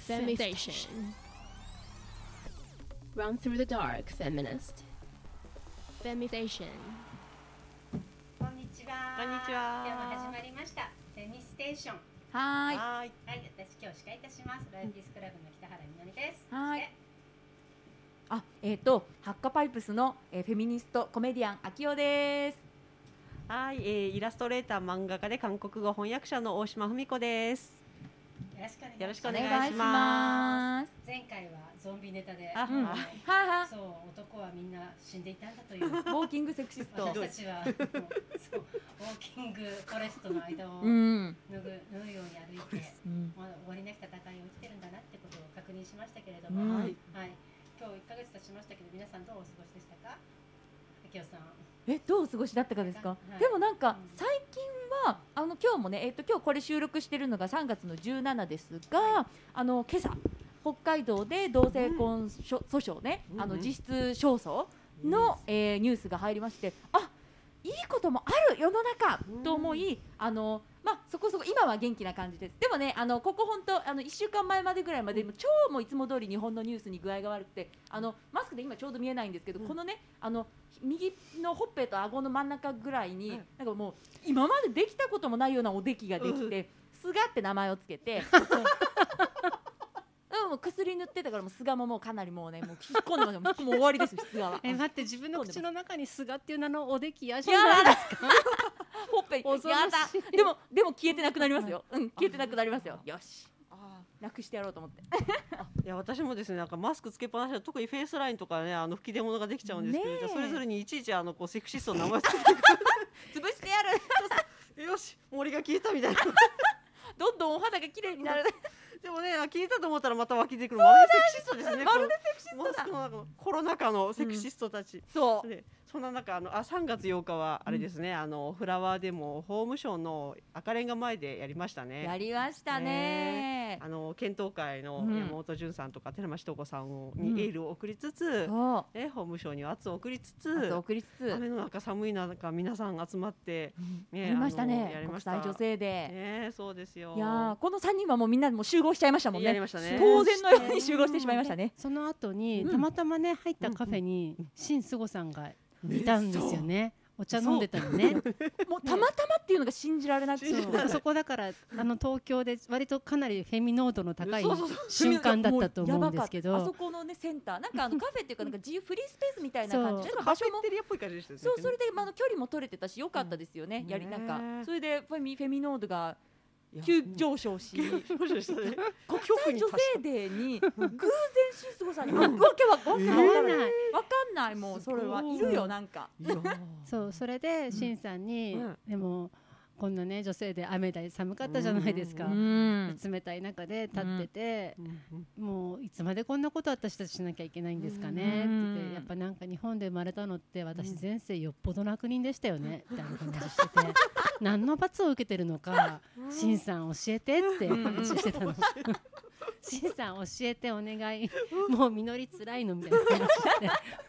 Femistation. Run through the dark, feminist. Femistation. こんにちは。 こんにちは。 今日も始まりました。フェミステーション。 はーい。 はい。 はい、私今日司会いたします。ロイヤルティースクラブの北原みのりです。 はいそしてハッカパイプスの、フェミニストコメディアンあきおです。 はい、イラストレーター漫画家で韓国語翻訳者の大島文子です。 よろしくお願いします。 よろしくおお願いし願いしま。 ます前回はゾンビネタで、 あうんはいはそう男はみんな死んでいたんだという。 ウォーキングセクシスト。 私たちはそうウォーキングフォレストの間をうん。 縫うように歩いて、 うんまだ終わりなき戦いを生きてるんだなってことを確認しましたけれどうも、 んはい。今日1ヶ月経ちましたけど皆さんどうお過ごしでしたか？あきおさん。 どうお過ごしだったかですか。 はいでもなんかうん最近は今日もね今日これ収録してるのが3月の17ですが、今朝北海道で同性婚訴訟ね、 うん実質勝訴の、ニュースが入りまして、いいこともある世の中と思い、そこそこ今は元気な感じです。でもねここ本当1週間前までぐらいまで超もういつも通り日本のニュースに具合が悪くてマスクで今ちょうど見えないんですけど、このね右のほっぺと顎の真ん中ぐらいに、なんかもう今までできたこともないようなおできができて、スガって名前をつけてもう薬塗ってたからもうスガももうかなりもうねもう引っ込んでますよ。もう終わりですよスガは。 待って自分の口の中にスガっていう名のおできやじいやゃないですか。 ほっぺに恐ろしいやだ。でも消えてなくなりますよ。消えてなくなりますよ。よしなくしてやろうと思って。 いや私もですねなんかマスクつけっぱなしで特にフェイスラインとかね吹き出物ができちゃうんですけど、 ねえじゃあそれぞれにいちいちこうセクシストの名前つけて潰してやる。 よし森が消えたみたいな。 どんどんお肌が綺麗になる。 でもね消えたと思ったらまた湧き出てくるまるでセクシストですね。 まるでセクシストだマスクの中のコロナ禍のセクシストたち。 そう。 でそんな中3月8日はあれですね、フラワーデモ法務省の赤レンガ前でやりましたね。 やりましたね。 検討会のうん山本潤さんとか寺間志子さんにエールを送りつつ、 そうね、法務省に圧を送りつつ圧を送りつつ雨の中寒い中皆さん集まって、 やりましたね。 やりました国際女性で。 ね、そうですよ。 いやーこの3人はもうみんなもう集合しちゃいましたもんね。 やりましたね。 当然のように集合してしまいましたね。 その後に、 うんたまたまね入ったカフェに新すごさんがいたんですよね。お茶飲んでたのね。 もうたまたまっていうのが信じられなくて。 そうそこだから東京で割とかなりフェミ濃度の高いそうそうそう瞬間だったと思うんですけやばかったあそど。 このねセンターなんかカフェっていうかなんか自由フリースペースみたいな感じでカ場所もフェテリアっぽい感じでしたよね。 そうそれで距離も取れてたし良かったですよね。やりなんかねそれでフェミ濃度がいや急上昇し。 そうでしたね。 国際女性デーに偶然新すごさんにわけわかんない合わない。 わかんないもうそれはいるよなんか。 いやそうそれで新さんに、 うんでもこんなね女性で雨だ寒かったじゃないですか。 うん冷たい中で立ってて、もういつまでこんなこと私たちしなきゃいけないんですかねって言って、やっぱなんか日本で生まれたのって私前世よっぽどの悪人でしたよねみたいな話してて何の罰を受けてるのか新さん教えてって話してたの新さん教えてお願いもう実りつらいのみたいな話して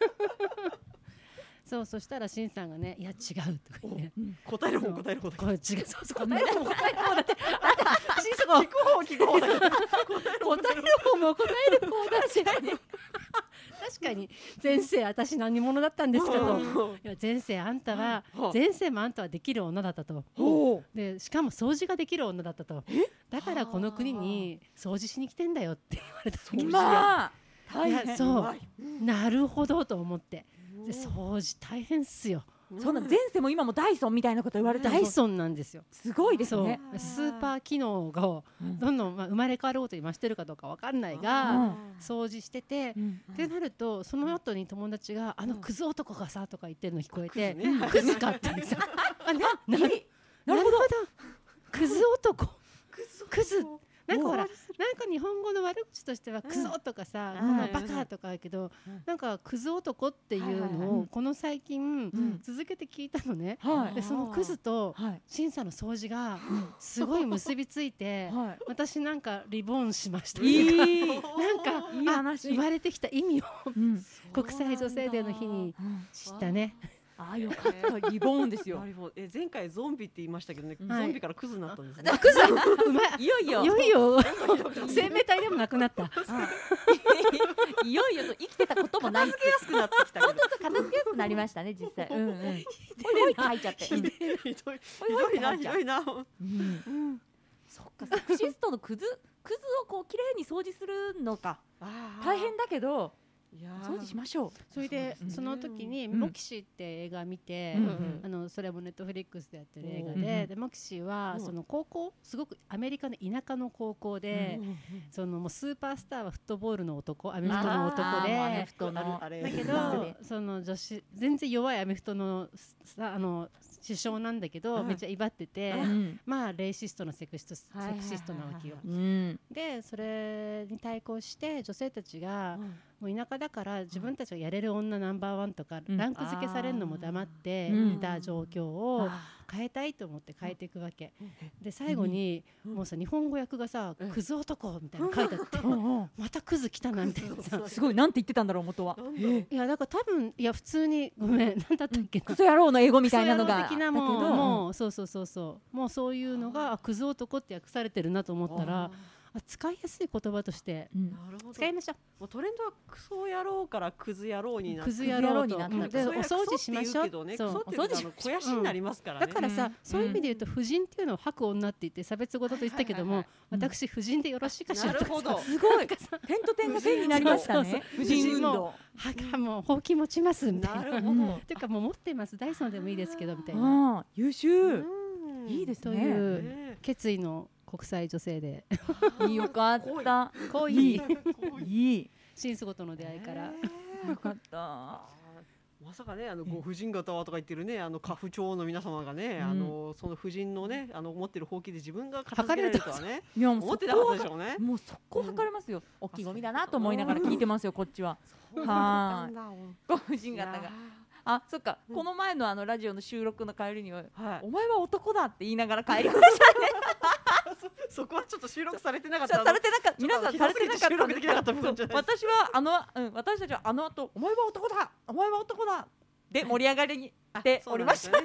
そしたら新さんがねいや違うとか言って答える方答える方だこれ違うそう答える方答える方だって新さんが聞く方だけ答える方も答える方だし確かに前世私何者だったんですかといや前世あんたは前世もあんたはできる女だったとでしかも掃除ができる女だったとだからこの国に掃除しに来てんだよって言われた時にまあ大い変やそうなるほどと思ってで掃除大変っすよそんな前世も今もダイソンみたいなこと言われてダイソンなんですよすごいですそうね。 スーパー機能がどんどん生まれ変わることに増してるかどうかわかんないが掃除しててってなるとその後に友達がクズ男がさとか言ってるの聞こえてクズかって言ってさなるほどクズ男クズなんかほらなんか日本語の悪口としてはクソとかさこのバカとかあるけどなんかクズ男っていうのをこの最近続けて聞いたのねでそのクズと審査の掃除がすごい結びついて私なんかリボンしましたなんか生まれてきた意味を国際女性デーの日に知ったねあ、よかったリボーンですよ。 前回ゾンビって言いましたけどね、 はいゾンビからクズになったんですね。 クズうまいいよいよいよいよ生命体でもなくなったいよいよと生きてたこともない。 片付けやすくなってきたけど。 本当片付けやすくなりましたね実際。うんうん。ほいほい書いちゃって。 ひどいなひどいな。 うんそっか、セクシストのクズをこう綺麗に掃除するのか大変だけど掃除しましょう。 それでうんその時にうんモキシって映画見て、 うんそれもネットフリックスでやってる映画うんでモキシはその高校すごくアメリカの田舎の高校で、そのもうスーパースターはフットボールの男、アメフトの男あーもうアメでフトのあれだけあどその女子全然弱いアメフトの首相なんだけど、めっちゃ威張ってて、 うんまあレイシストのセクシストなわけよ。 うんでそれに対抗して女性たちが、もう田舎だから自分たちがやれる女ナンバーワンとか、 うんランク付けされるのも黙ってうんいた状況を変えたいと思って変えていくわけ、で最後に、もうさ日本語訳がさ、クズ男みたいなの書いてあって、またクズ来たなみたいなさすごいなんて言ってたんだろう元は。 いやだから多分いや普通にごめんなんだったっけな、 クソ野郎の英語みたいなのがクソ野郎的なもうだけどもうそうもうそういうのがクズ男って訳されてるなと思ったら、使いやすい言葉としてうんなるほど。 使いましょもうトレンドはクソ野郎からクズ野郎にう。 なって。 クズ野郎とクズ野郎になったでお掃除しましょう。 クそうソって言うけどね、クソって言うと肥やしになりますからね。 だからさ、 うんそういう意味で言うと婦人っていうのを吐く女って言って差別語だと言ってたけども、私婦人でよろしいかしらとかさなるほど。 すごい点と点が線になりましたね。婦人運動。 はもうほうき持ちますみたいな。 なるほど。 ていうかもう持ってますダイソンでもいいですけどみたいなああ優秀。いいですとね。 いうね決意の国際女性でいいよかった。 こういいういい新スゴとの出会いから、 よかった。 まさかねご婦人方はとか言ってるね家父長の皆様がね、その婦人のね持ってるほうきで自分が片付けられるとはねいやもう思ってなかったでしょうね。 もう速攻測れますよ。大きいゴミだなと思いながら聞いてますよこっちは。はーい。ご婦人方が。あ、そっか。この前のラジオの収録の帰りには、お前は男だって言いながら帰りましたね。 そこはちょっと収録されてなかった。 されてなかった。皆さんされてなかった。 収録できなかった部分じゃない。 私は私たちは後お前は男だお前は男だで盛り上がりにしておりました。 ね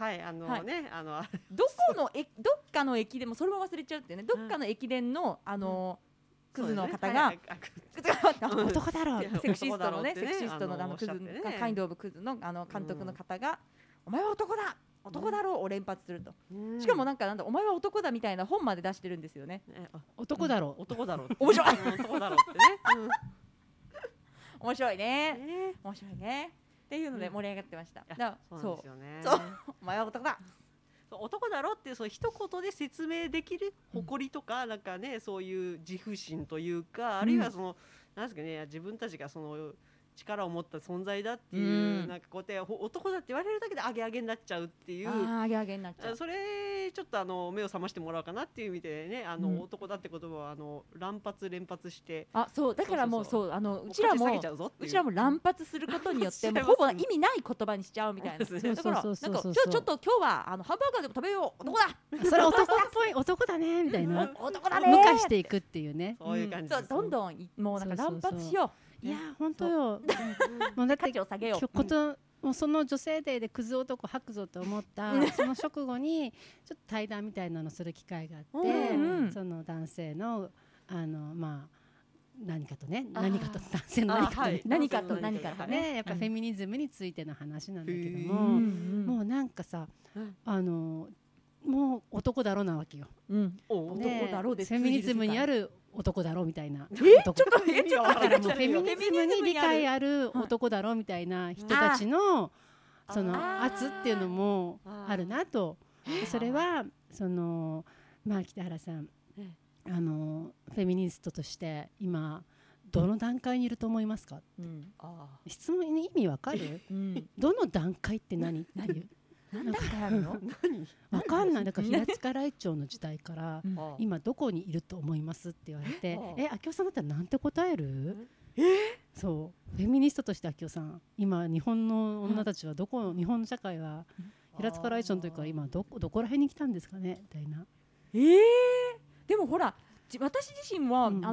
どっかの駅伝もそれも忘れちゃうってね。どっかの駅伝のクズの方が男だろうセクシストのねセクシストのクズカインドオブクズの監督の方がお前は男だ男だろうを連発すると。しかもなんかお前は男だみたいな本まで出してるんですよね。 男だろう男だろう面白い男だろうってね。 面白いね面白いねっていうので盛り上がってました。 そうですよね。 そうお前は男だ男だろってそう一言で説明できる誇りとかなんかねそういう自負心というかあるいはそのなんですかね自分たちがその力を持った存在だっていうなんかこうやって男だって言われるだけでアゲアゲになっちゃうっていうアゲアゲになっちゃう。 それちょっと目を覚ましてもらおうかなっていう意味でね男だって言葉は乱発連発してそうだからもうそううちらも乱発することによってもうほぼ意味ない言葉にしちゃうみたいな。だからなんかちょっと今日はハンバーガーでも食べよう男だそれ男っぽい男だねみたいな男だね無化していくっていうね。 そういう感じ。 どんどんもうなんか乱発しよう。 いや本当よ。もうだって価値を下げよう。 もうその女性デーでクズ男吐くぞと思ったその直後にちょっと対談みたいなのする機会があってその男性のまあ何かと男性の何かと何かねやっぱフェミニズムについての話なんだけどももうなんかさもう男だろうなわけよ。 男だろうです。 フェミニズムにある男だろうみたいな。 ちょっとフェミニズムに理解ある男だろうみたいな人たちのその圧っていうのもあるなと。それはその北原さんフェミニストとして今どの段階にいると思いますか？質問に意味わかる？どの段階って何っていう。 何段階あるの？ わかんない。だから平塚らいちょうの時代から今どこにいると思いますって言われて明夫さんだったらなんて答える？そうフェミニストとして明夫さん今日本の女たちは日本の社会は平塚らいちょうの時から今どこら辺に来たんですかねみたいな。 でもほら私自身は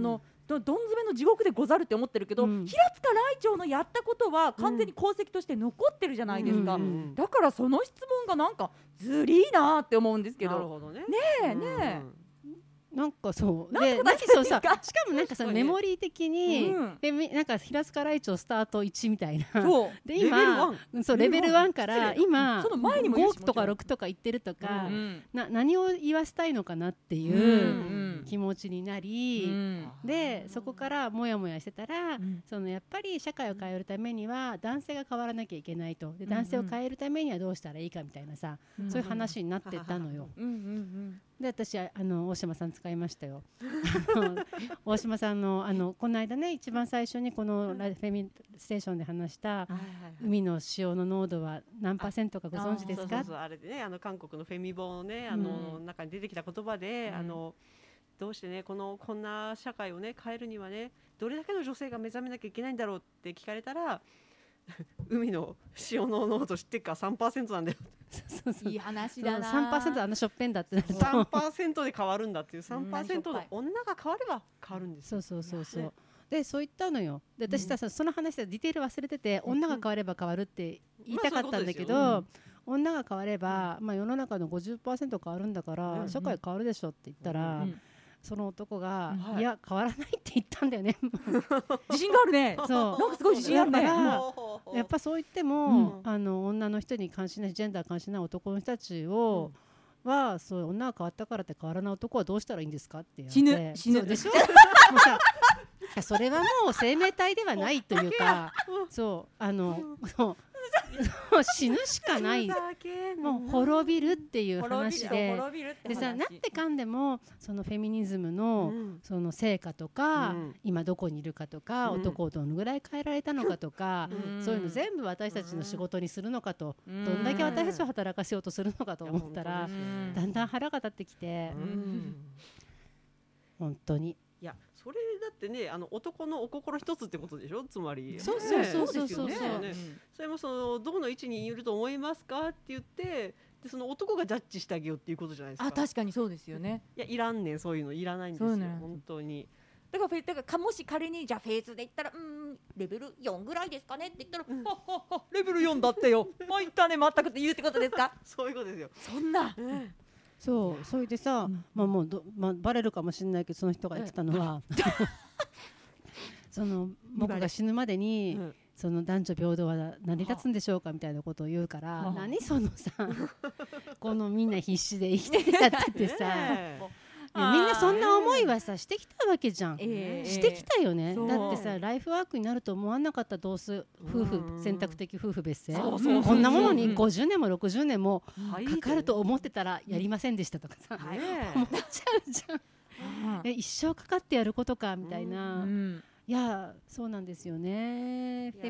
どん詰めの地獄でござるって思ってるけど、平塚雷鳥のやったことは完全に功績として残ってるじゃないですか、だからその質問がなんかずりーなって思うんですけど。 なるほどね。 ねえねえ、 なんかそうなんかそうさ、しかもなんかそのメモリー的に、なんか平塚雷鳥スタート1みたいな。 そうで今そうレベル1から今その前にもいるし 5とか6とか言ってるとか、何を言わせたいのかなっていう気持ちになり、でそこからモヤモヤしてたら、そのやっぱり社会を変えるためには男性が変わらなきゃいけないと、で男性を変えるためにはどうしたらいいかみたいなさ、そういう話になってったのよ。で私は大島さん使いましたよ。大島さんのこの間ね、一番最初にこのフェミステーションで話した海の塩の濃度は何%かご存知ですか？ あれでね、韓国のフェミボのね、中に出てきた言葉で、どうしてねこんな社会をね変えるにはね、どれだけの女性が目覚めなきゃいけないんだろうって聞かれたら、海の塩の濃度知ってっか 3% なんだよ。 いい話だな。 3% しょっぺんだってなると 3% で変わるんだっていう、3% の女が変われば変わるんですよ。 そうでそう言ったのよ。で私さ、その話でディテール忘れてて、女が変われば変わるって言いたかったんだけど、女が変われば、世の中の 50% 変わるんだから、社会変わるでしょって言ったら、その男が、いや変わらないって言ったんだよね。 自信があるね。そうなんかすごい自信あるね。 やっぱそう言っても、女の人に関心ない、ジェンダー関心ない男の人たちを、そういう女が変わったからって変わらない男はどうしたらいいんですかって言って死ぬでしょ。もうさそれはもう生命体ではないというか、そう死ぬしかない、もう滅びるっていう話で、でさ、なんでかんでもそのフェミニズムのその成果とか、今どこにいるかとか、男をどのぐらい変えられたのかとか、そういうの全部私たちの仕事にするのかと、どんだけ私たちを働かせようとするのかと思ったら、だんだん腹が立ってきて、本当に。 いやそれだってね、男のお心一つってことでしょ、つまり。 そうそれもどこの位置にいると思いますかって言って、でその男がジャッジしてあげようっていうことじゃないですか。 確かにそうですよね。 いやいらんねん、そういうのいらないんですよ、本当に。 だからもし仮にじゃあフェーズで言ったらレベル4ぐらいですかねって言ったら、レベル4だってよ、もういったね全くって言うってことですか？ そういうことですよ。 そんな。 それでさ、もうバレるかもしれないけど、その人が言ってたのは、僕が死ぬまでに、その男女平等は成り立つんでしょうかみたいなことを言うから、何そのさこのみんな必死で生きてやっててさ、みんなそんな思いはさしてきたわけじゃん、してきたよね。だってさ、ライフワークになると思わなかった。同数夫婦選択的夫婦別姓、こんなものに50年も60年もかかると思ってたらやりませんでしたとかさ、思っちゃうじゃん。一生かかってやることかみたいな。いやそうなんですよね。フェ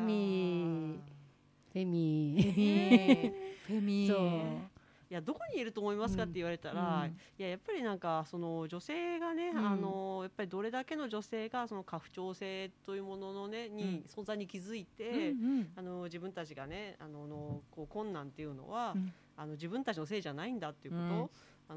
ミそういやどこにいると思いますかって言われたら、いややっぱりなんかその女性がね、やっぱりどれだけの女性がその家父長制というもののねに存在に気づいて、自分たちがねこう困難っていうのは、自分たちのせいじゃないんだっていうこと、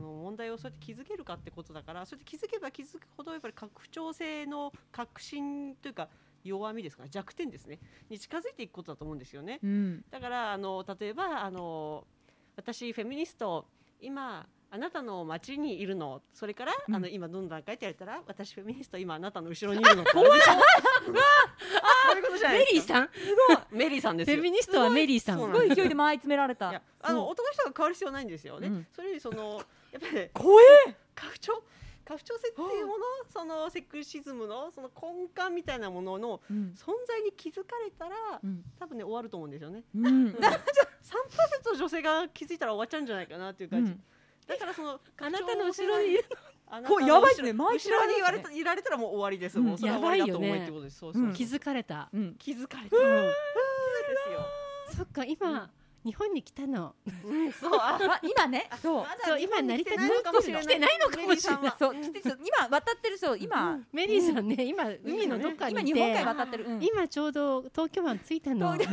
問題をそうやって気づけるかってことだから、それで気づけば気づくほどやっぱり家父長制の革新というか弱みですかね、弱点ですねに近づいていくことだと思うんですよね。だから例えば私フェミニスト今あなたの街にいるの、それから、今どの段階って言われたら、私フェミニスト今あなたの後ろにいるのってあれでしょそういうことじゃないですか。メリーさんですよ。 フェミニストはメリーさん。 すごい勢いで前詰められた。 男の人が変わる必要はないんですよね。それよりやっぱり怖え家父長制っていうもの、そのセクシズムのその根幹みたいなものの存在に気づかれたら、多分ね終わると思うんですよね。だから 3% の女性が気づいたら終わっちゃうんじゃないかなっていう感じ。だからあなたの後ろにいるのやばいですね。 後ろにいられたらもう終わりです。もうそれは終わりだと思いってことです。 気づかれた。 気づかれた。ですよ。 そっか今。日本に来たの。 今ね、 今成り立ってるかもしれない。来てないのかもしれない。 今渡ってる今メリーさんね、今海のどっかにいて、 今日本海渡ってる。 今ちょうど東京湾着いたの。 おいける。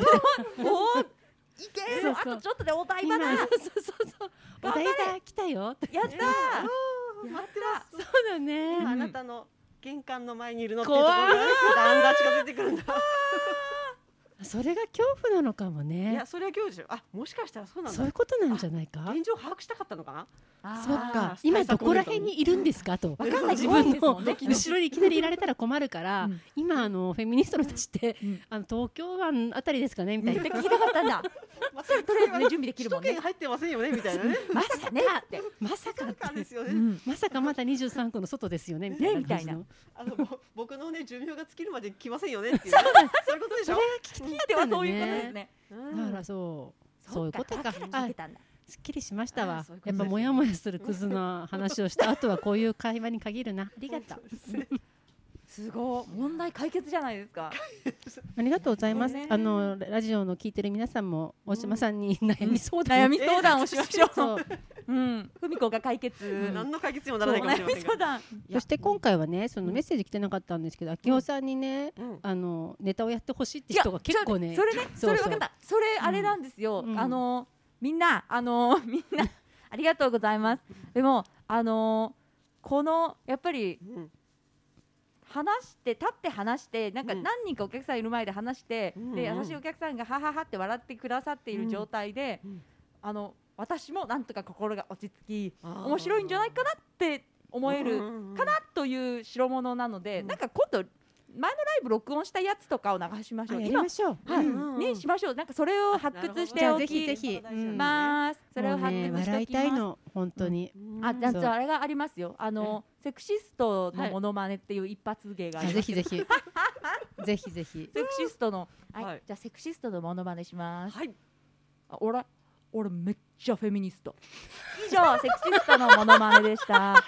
あとちょっとでお台場だ。 お台場来たよ。 やった。 待ってます。 そうだね。 あなたの玄関の前にいるのっていうところがねだんだん近づいてくるんだ。 それが恐怖なのかもいねやそれは今日でしょ。あ、もしかしたらそうなんだ。 そういうことなんじゃないか現状を把握したかったのかな。 そっかあー今どこら辺にいるんですかとわかんない自分の怖いですもんね後ろにいきなりいられたら困るから、 うん今フェミニストの人たちって、 うん東京湾あたりですかねみたいなって聞きたかったんだまあとりあえずね準備できるもんね首都圏入ってませんよねみたいなね。 まさかねってまさかそうかですよね。 うんまさかまだ23区の外ですよねみたいなねみたいな感僕のね寿命が尽きるまで来ませんよねっていうね。そういうことでしょ。 じのではそういうことですねだからそういうことかだから聞けたんだすっきりしましたわあそういうことですやっぱモヤモヤするクズの話をした後はこういう会話に限るなありがとうすごい問題解決じゃないですかありがとうございますねラジオの聞いてる皆さんも大島さんに悩み相談悩み相談をしましょうそううんふみこが解決何の解決にもならないかもしれませんが。 そう悩み相談そして今回はねそのメッセージ来てなかったんですけど明夫さんにねうんネタをやってほしいって人が結構ねそれねそれそう分かったそれあれなんですようんみんなみんなありがとうございますでもこのやっぱりうん立って話してなんかうん何人かお客さんいる前で話して、 うんで優しいお客さんがはははって笑ってくださっている状態で、 うん私もなんとか心が落ち着きあー面白いんじゃないかなって思えるかなという代物なので、なんか今度前のライブ録音したやつとかを流しましょう。 やりましょうはい、 うんねしましょう。なんかそれを発掘しておじゃあぜひきぜひます。それをもうね発掘して笑いおきます。 たいの本当にじゃそうああれがありますよ。セクシストのモノマネっていう一発芸があります。 ぜひぜひぜひぜひセクシストの、はいはいじゃあセクシストのモノマネします。 はい。 俺めっちゃフェミニスト。以上セクシストのモノマネでした。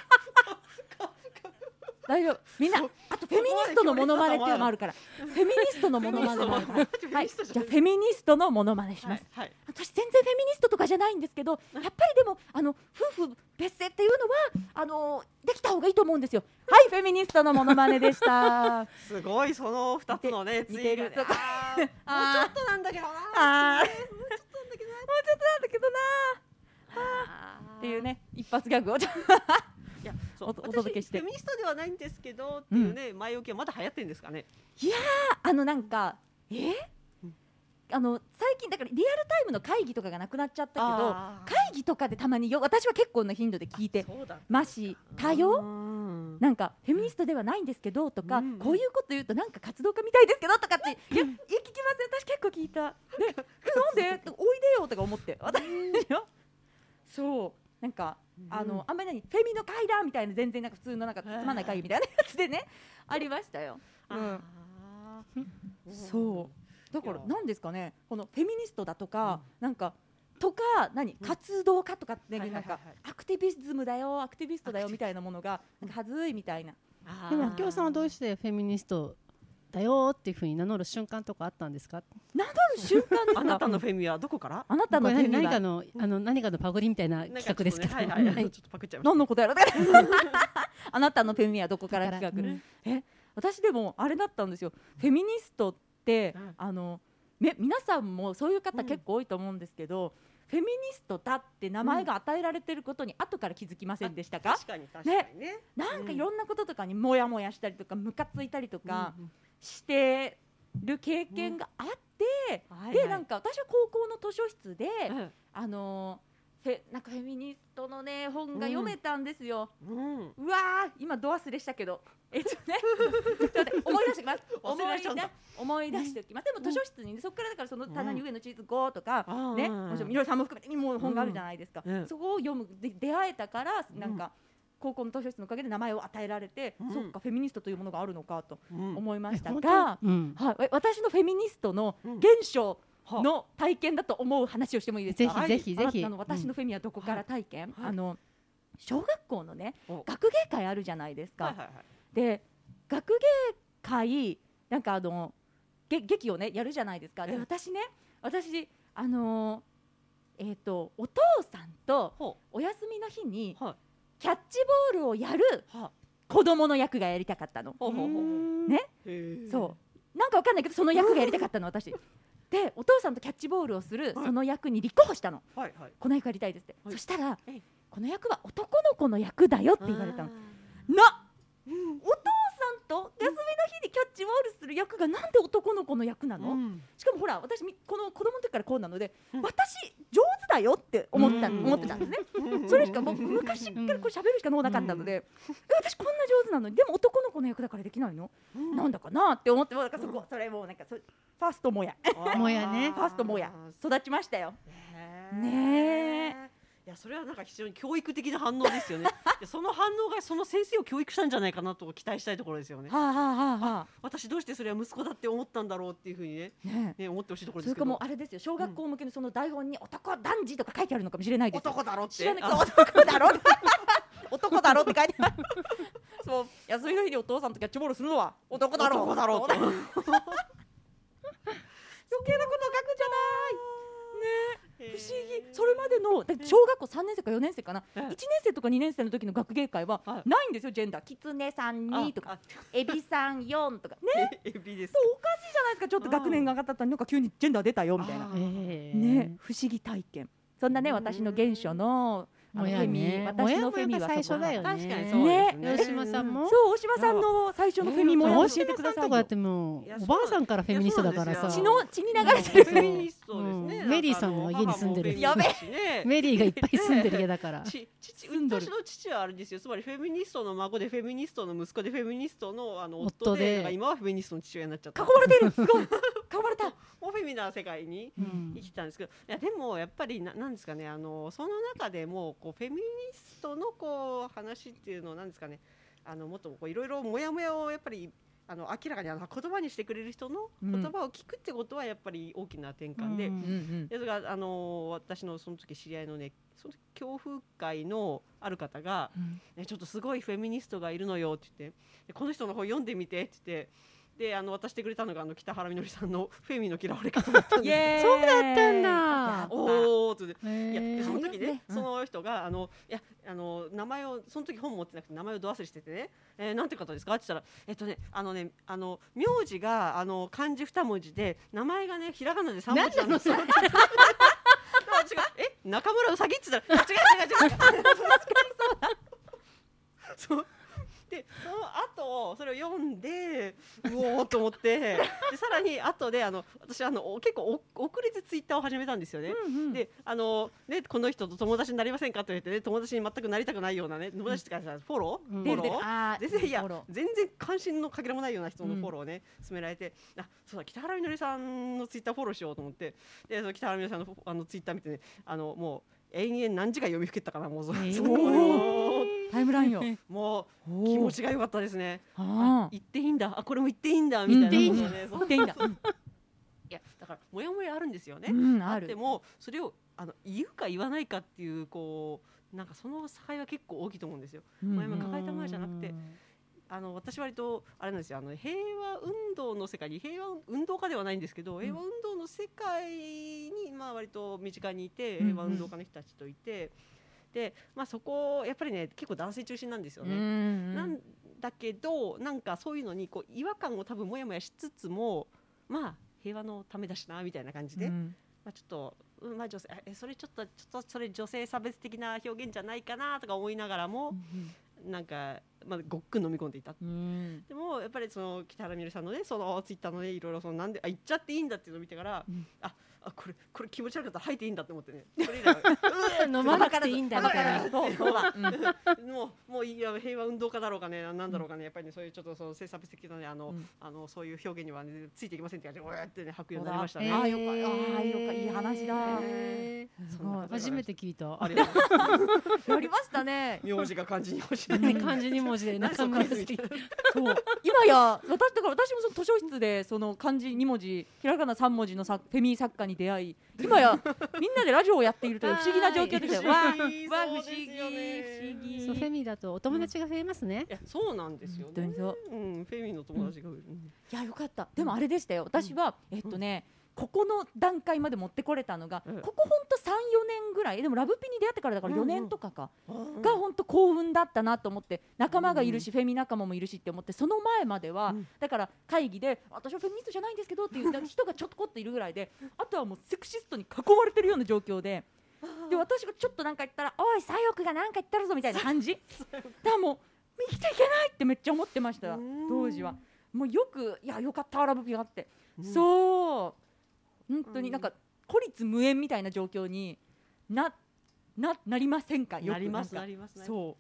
大丈夫。みんなあとフェミニストのモノマネっていうのもあるから。フェミニストのモノマネもあるから。はい。じゃあフェミニストのモノマネします。 はい。 私全然フェミニストとかじゃないんですけど、やっぱりでも夫婦別姓っていうのはできた方がいいと思うんですよ。はいフェミニストのモノマネでした。 すごいその二つのね似てる対がねもうちょっあとなんだけどな。 あーもうちょっとなんだけどなっていうね一発ギャグをいやそうお届けして私フェミニストではないんですけどっていうね前置きはまだ流行ってるんですかね。 なんか最近だからリアルタイムの会議とかがなくなっちゃったけどあー会議とかでたまに私は結構な頻度で聞いてそうだましたよ。 うんなんかフェミニストではないんですけどとか、 うんこういうこと言うとなんか活動家みたいですけどとかって聞きます私結構聞いたでなんでおいでよとか思って私よそうなんかあんまりフェミの会談みたいな全然なんか普通のなんかつまんない会議みたいなやつでねありましたよ。 あーそうだからいや何ですかねこのフェミニストだとか、なんかとか活動家とかってなんかアクティビズムだよアクティビストだよみたいなものがなんかはずいみたいな。 でも明夫さんはどうしてフェミニストだよっていうふうに名乗る瞬間とかあったんですか名乗る瞬間ですかあなたのフェミはどこから？ あなたのこれフェミは何かの何かのパクリみたいな企画ですけど、 なんかちょっとねはいはいちょっとパクっちゃいました。 何のことやらあなたのフェミはどこから企画、私でもあれだったんですよフェミニストって、皆さんもそういう方結構多いと思うんですけど、フェミニストだって名前が与えられてることに後から気づきませんでしたか？ 確かに確かにね。 なんかいろんなこととかにモヤモヤしたりとかムカついたりとかしてる経験があって、でなんか私は高校の図書室で、なんかフェミニストのね本が読めたんですよ。うわー今ド忘れしたけどちょっと待って思い出してきます思い出しておきます。でも図書室にそこからだからその棚に上の地図5とかねもちろんみのりさんも含めてもう本があるじゃないですか。そこを読むで出会えたからなんか高校の図書室のおかげで名前を与えられて、そっかフェミニストというものがあるのかと思いましたが、私のフェミニストの現象の体験だと思う話をしてもいいですか？ ぜひ私のフェミはどこから体験、小学校のね学芸会あるじゃないですか。で学芸会なんか劇をねやるじゃないですか。で私お父さんとお休みの日にキャッチボールをやる子供の役がやりたかったの。ね、そうなんかわかんないけどその役がやりたかったの私。でお父さんとキャッチボールをするその役に立候補したの。この役やりたいですって。そしたらこの役は男の子の役だよって言われたの。お父さと休みの日にキャッチボールする役がなんで男の子の役なの、しかもほら私この子供の時からこうなので、私上手だよって思ってたんですね。それしか僕昔からこう喋るしか能なかったので、私こんな上手なのにでも男の子の役だからできないの、なんだかなって思って、なんかそれもうなんかファーストもやもやねファーストもや育ちましたよねえ。 いやそれはなんか非常に教育的な反応ですよね。いやその反応がその先生を教育したんじゃないかなと期待したいところですよね。 はあはあはあはあ、 私どうしてそれは息子だって思ったんだろうっていうふうにね思ってほしいところですけど。 それかもうあれですよ、小学校向けのその台本に男男児とか書いてあるのかもしれないですよ。 男だろって知らないけど男だろ男だろって書いてあるそう、休みの日にお父さんとキャッチボールするのは男だろ男だろって余計なことを書くんじゃないね。不思議。それまでの小学校3年生か4年生かな、1年生とか2年生の時の学芸会はないんですよ、ジェンダー。キツネさん2とかエビさん4とかねエビです。 そうおかしいじゃないですか。ちょっと学年が上がったったらなんか急にジェンダー出たよみたいなね、不思議体験。そんなね、私の原初のフェミ、私のフェミは最初だよね。 確かにそうですね。 大島さんもそう、大島さんの最初のフェミも大教えてくださいよ。 島さんとかだってもうおばあさんからフェミニストだからさ、 血に流れてるフェミニストですね。 メリーさんの家に住んでる。 やべメリーがいっぱい住んでる家だから。 私の父はあれですよ。つまりフェミニストの孫でフェミニストの息子でフェミニストの夫で、今はフェミニストの父親になっちゃった。 囲まれてる。すごい。囲まれた。 もうフェミな世界に生きたんですけど、いやでもやっぱりなんですかね、その中でもこうフェミニストのこう話っていうのをなんですかね、もっとこういろいろモヤモヤをやっぱり明らかに言葉にしてくれる人の言葉を聞くってことはやっぱり大きな転換で、それが私のその時知り合いのね、その強風会のある方が、ちょっとすごいフェミニストがいるのよって言って、この人の本読んでみてって言って。で渡してくれたのが北原みのりさんのフェミの嫌われ方だったんでそうだったんだ。 おーっていやその時ね、その人が名前をその時本持ってなくて名前をど忘れしててね、なんて方ですかって言ったら名字が漢字2文字で名前がねひらがなで3文字なんですよ。中村うさぎって言ったら違う確かにそうでその後それを読んでうおーと思ってでさらに後で私結構遅れてツイッターを始めたんですよね。でね、この人と友達になりませんかと言ってね、友達に全くなりたくないようなね、友達とかさフォロー全然関心のかけらもないような人のフォローをね勧められて、そうだ北原みのりさんのツイッターフォローしようと思って、でその北原みのりさんのツイッター見てね、もう延々何時間読みふけったかな、もうタイムラインよ。 もう気持ちが良かったですね。言っていいんだ、これも言っていいんだみたいな。言っていいんだ。いやだからモヤモヤあるんですよね。あってもそれを言うか言わないかっていうこうなんかその境は結構大きいと思うんですよ。モヤモヤ抱えたままじゃなくて。私割とあれなんですよ、平和運動の世界に、平和運動家ではないんですけど、平和運動の世界に割と身近にいて、平和運動家の人たちといて、でそこやっぱりね結構男性中心なんですよね。なんだけどなんかそういうのにこう違和感を多分もやもやしつつも、平和のためだしなみたいな感じで、ちょっと女性それちょっとそれ女性差別的な表現じゃないかなとか思いながらも、なんかごっくん飲み込んでいた。でもやっぱりその北原みのりさんのねそのツイッターのねいろいろなんで言っちゃっていいんだっていうのを見てから、これ気持ち悪かったら吐いていいんだって思ってね。それ以来飲まなくていいんだみたいな。 そうだ。 もういや平和運動家だろうかね、なんだろうかね、やっぱりねそういうちょっとその性差別的なねそういう表現にはねついていきませんって感じでおやってね吐くようになりましたね。 よかいい話だ。 初めて聞いた。 やりましたね。 名字が漢字2文字で。 漢字2文字で中村好き。 そう今や私もその図書室でその漢字2文字ひらがな3文字のフェミ作家に出会い、今やみんなでラジオをやっているという不思議な状況ですよ。わ不思議。 そうフェミだとお友達が増えますね。 いやそうなんですよね。フェミの友達が増える。 いやよかった。でもあれでしたよ。私はここの段階まで持ってこれたのが、ここほんと 3,4 年ぐらいでもラブピに出会ってからだから4年とかがほんと幸運だったなと思って、仲間がいるしフェミ仲間もいるしって思って、その前まではだから会議で私はフェミニストじゃないんですけどっていう人がちょっとこっといるぐらいで、あとはもうセクシストに囲まれてるような状況で、私がちょっとなんか言ったらおい左翼がなんか言ったるぞみたいな感じだからもう生きていけないってめっちゃ思ってました当時は。もうよかったラブピがあって、そう本当になんか孤立無縁みたいな状況になりませんか？よくなりますなります。 そう、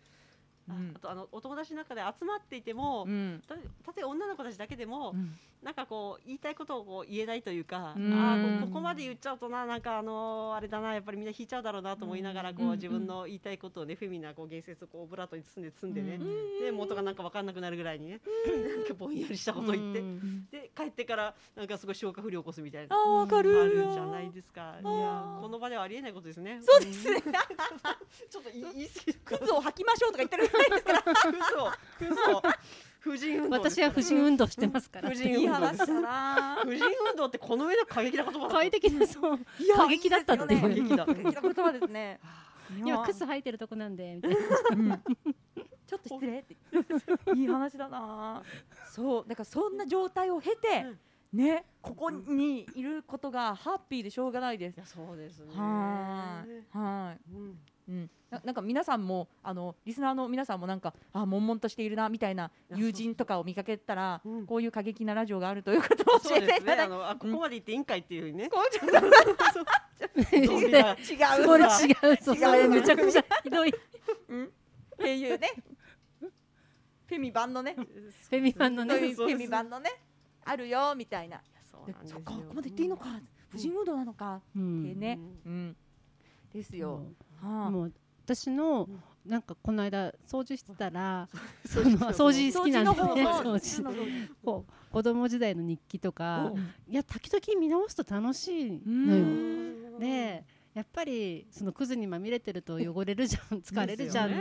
あとお友達の中で集まっていても、例えば女の子たちだけでも、なんかこう言いたいことをこう言えないというか、ここまで言っちゃうとなんかあれだな、やっぱりみんな引いちゃうだろうなと思いながら、こう自分の言いたいことをね、フェミなこう言説をこうオブラートに包んでね、で元がなんか分かんなくなるぐらいにね、なんかぼんやりしたこと言って、で帰ってからなんかすごい消化不良を起こすみたいな、 わかるあるんじゃないですか。いやこの場ではありえないことですね。 そうですね。 ちょっと言い過ぎる。 靴を履きましょうとか言ってるぐらいですから。 嘘。婦人運動。 私は婦人運動してますから。 婦人運動。 いい話だな。 婦人運動ってこの上の過激な言葉だ。 快適なそう過激だったっていう。 過激な言葉ですね。 今靴履いてるとこなんでみたいな。 ちょっと失礼って。いい話だな。そうだからそんな状態を経てね、ここにいることがハッピーでしょうがないです。 そうですね。 はい。なんか皆さんもリスナーの皆さんもなんか悶々としているなみたいな友人とかを見かけたら、こういう過激なラジオがあるということを教えていただいて、 ここまで言っていいんかいっていうふうにね。 違うこれ違うめちゃくちゃひどいっていうね、フェミ版のね、 フェミ版のね、 フェミ版のねあるよみたいな。そっか、ここまで言っていいのか、婦人運動なのかってね、ですよ。 もう私のなんかこの間掃除してたら、掃除好きなんでね、子供時代の日記とか、いや時々見直すと楽しいのよ。でやっぱりそのクズにまみれてると汚れるじゃん、疲れるじゃんって、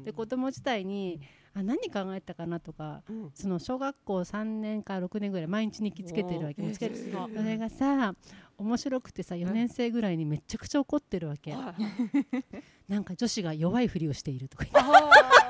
で子供時代に何考えたかなとか、その小学校3年か6年ぐらい毎日日記つけてるわけ。それがさ面白くてさ、4年生ぐらいにめちゃくちゃ怒ってるわけ。なんか女子が弱いふりをしているとか言って、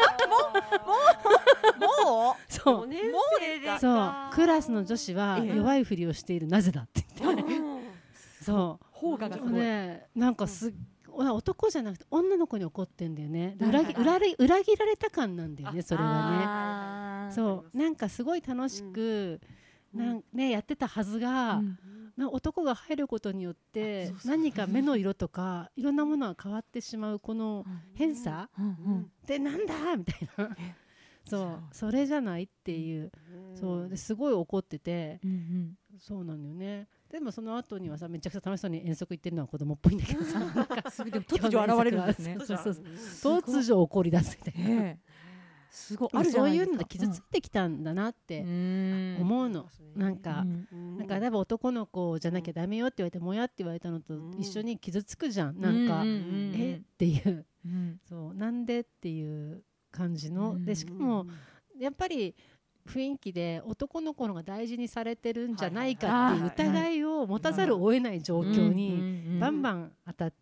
もうそうクラスの女子は弱いふりをしている、なぜだって言って、そう放課がすごいね、なんか男じゃなくて女の子に怒ってんだよね。裏切られた感なんだよね、それはね。そうなんかすごい楽しくやってたはずが、男が入ることによって何か目の色とかいろんなものが変わってしまう、この変さでなんだみたいな、それじゃないっていう、そうですごい怒ってて、そうなんだよね。でもその後にはさ、めちゃくちゃ楽しそうに遠足行ってるのは子供っぽいんだけどさ、なんか突如現れるんですね。 突如怒り出すみたいな。 すごいそういうので傷ついてきたんだなって思うの。なんか例えば男の子じゃなきゃダメよって言われて、もやって言われたのと一緒に傷つくじゃん。なんかっていう、そうなんでっていう感じので、しかもやっぱり雰囲気で男の子のが大事にされてるんじゃないかっていう疑いを持たざるを得ない状況にバンバン当たって、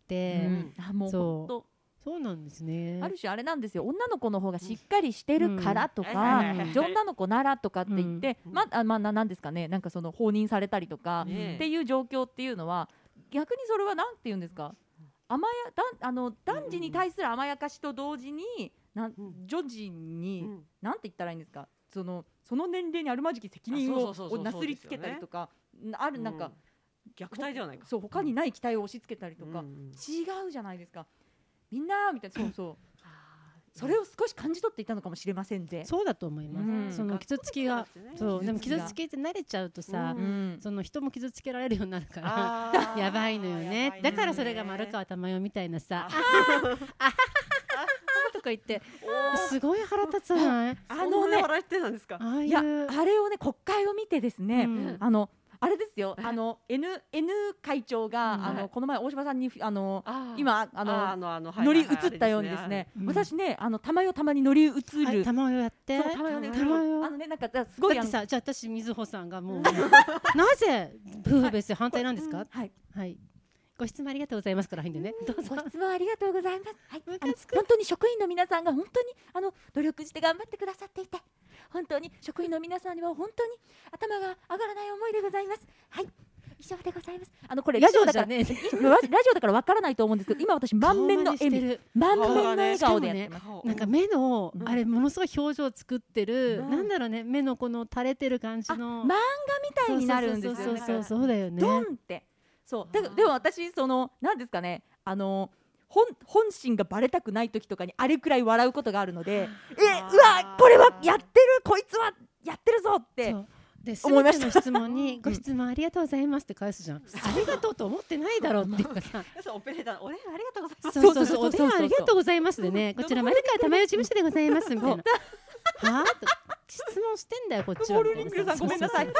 そうなんですね。 ある種あれなんですよ、女の子の方がしっかりしてるからとか、女の子ならとかって言って、なんですかね、なんかその放任されたりとかっていう状況っていうのは、逆にそれはなんて言うんですか、男児に対する甘やかしと同時に女児になんて言ったらいいんですか、その年齢にあるまじき責任をなすりつけたりとか、なんか虐待ではないか、 他にない期待を押し付けたりとか、違うじゃないですかみんなみたいな、それを少し感じ取っていたのかもしれませんで。 そうだと思います。その傷つきが、でも傷つきって慣れちゃうとさ、その人も傷つけられるようになるからやばいのよね。だからそれが丸川珠代みたいなさ、とか言ってすごい腹立つない？ 笑ってたんですか？ いや、あれをね、国会を見てですね、あれですよ、N 会長がこの前大島さんに今乗り移ったようにですね、私ね玉代たまに乗り移る、 玉代やって、 なんかすごい、 だってさ、じゃあ私みずほさんがもうなぜ夫婦別姓反対なんですか？はい、ご質問ありがとうございますから入んでね。どうぞ。 ご質問ありがとうございます。本当に職員の皆さんが本当に努力して頑張ってくださっていて、本当に職員の皆さんには本当に頭が上がらない思いでございます。はい。 以上でございます。これラジオだから以上じゃねラジオだからわからないと思うんですけど、今私満面の笑み、 る満面の笑顔でしかもねやってます。 なんか目の、 うんあれものすごい表情作ってる、 うんなんだろうね、目のこの垂れてる感じの漫画みたいになるんですよね。 そうだよね。 ドンってそうだからでも私なんですかね、本心がバレたくない時とかにあれくらい笑うことがあるので、うわこれはやってる、こいつはやってるぞってそうで思いました全ての質問にご質問ありがとうございますって返すじゃん。ありがとうと思ってないだろうっていうかさ。 オペレーターお電話ありがとうございます。 お電話ありがとうございますでね、こちら丸川珠代事務所でございますみたいな。はあと質問してんだよこっちは。 ボールリンクルさんごめんなさい。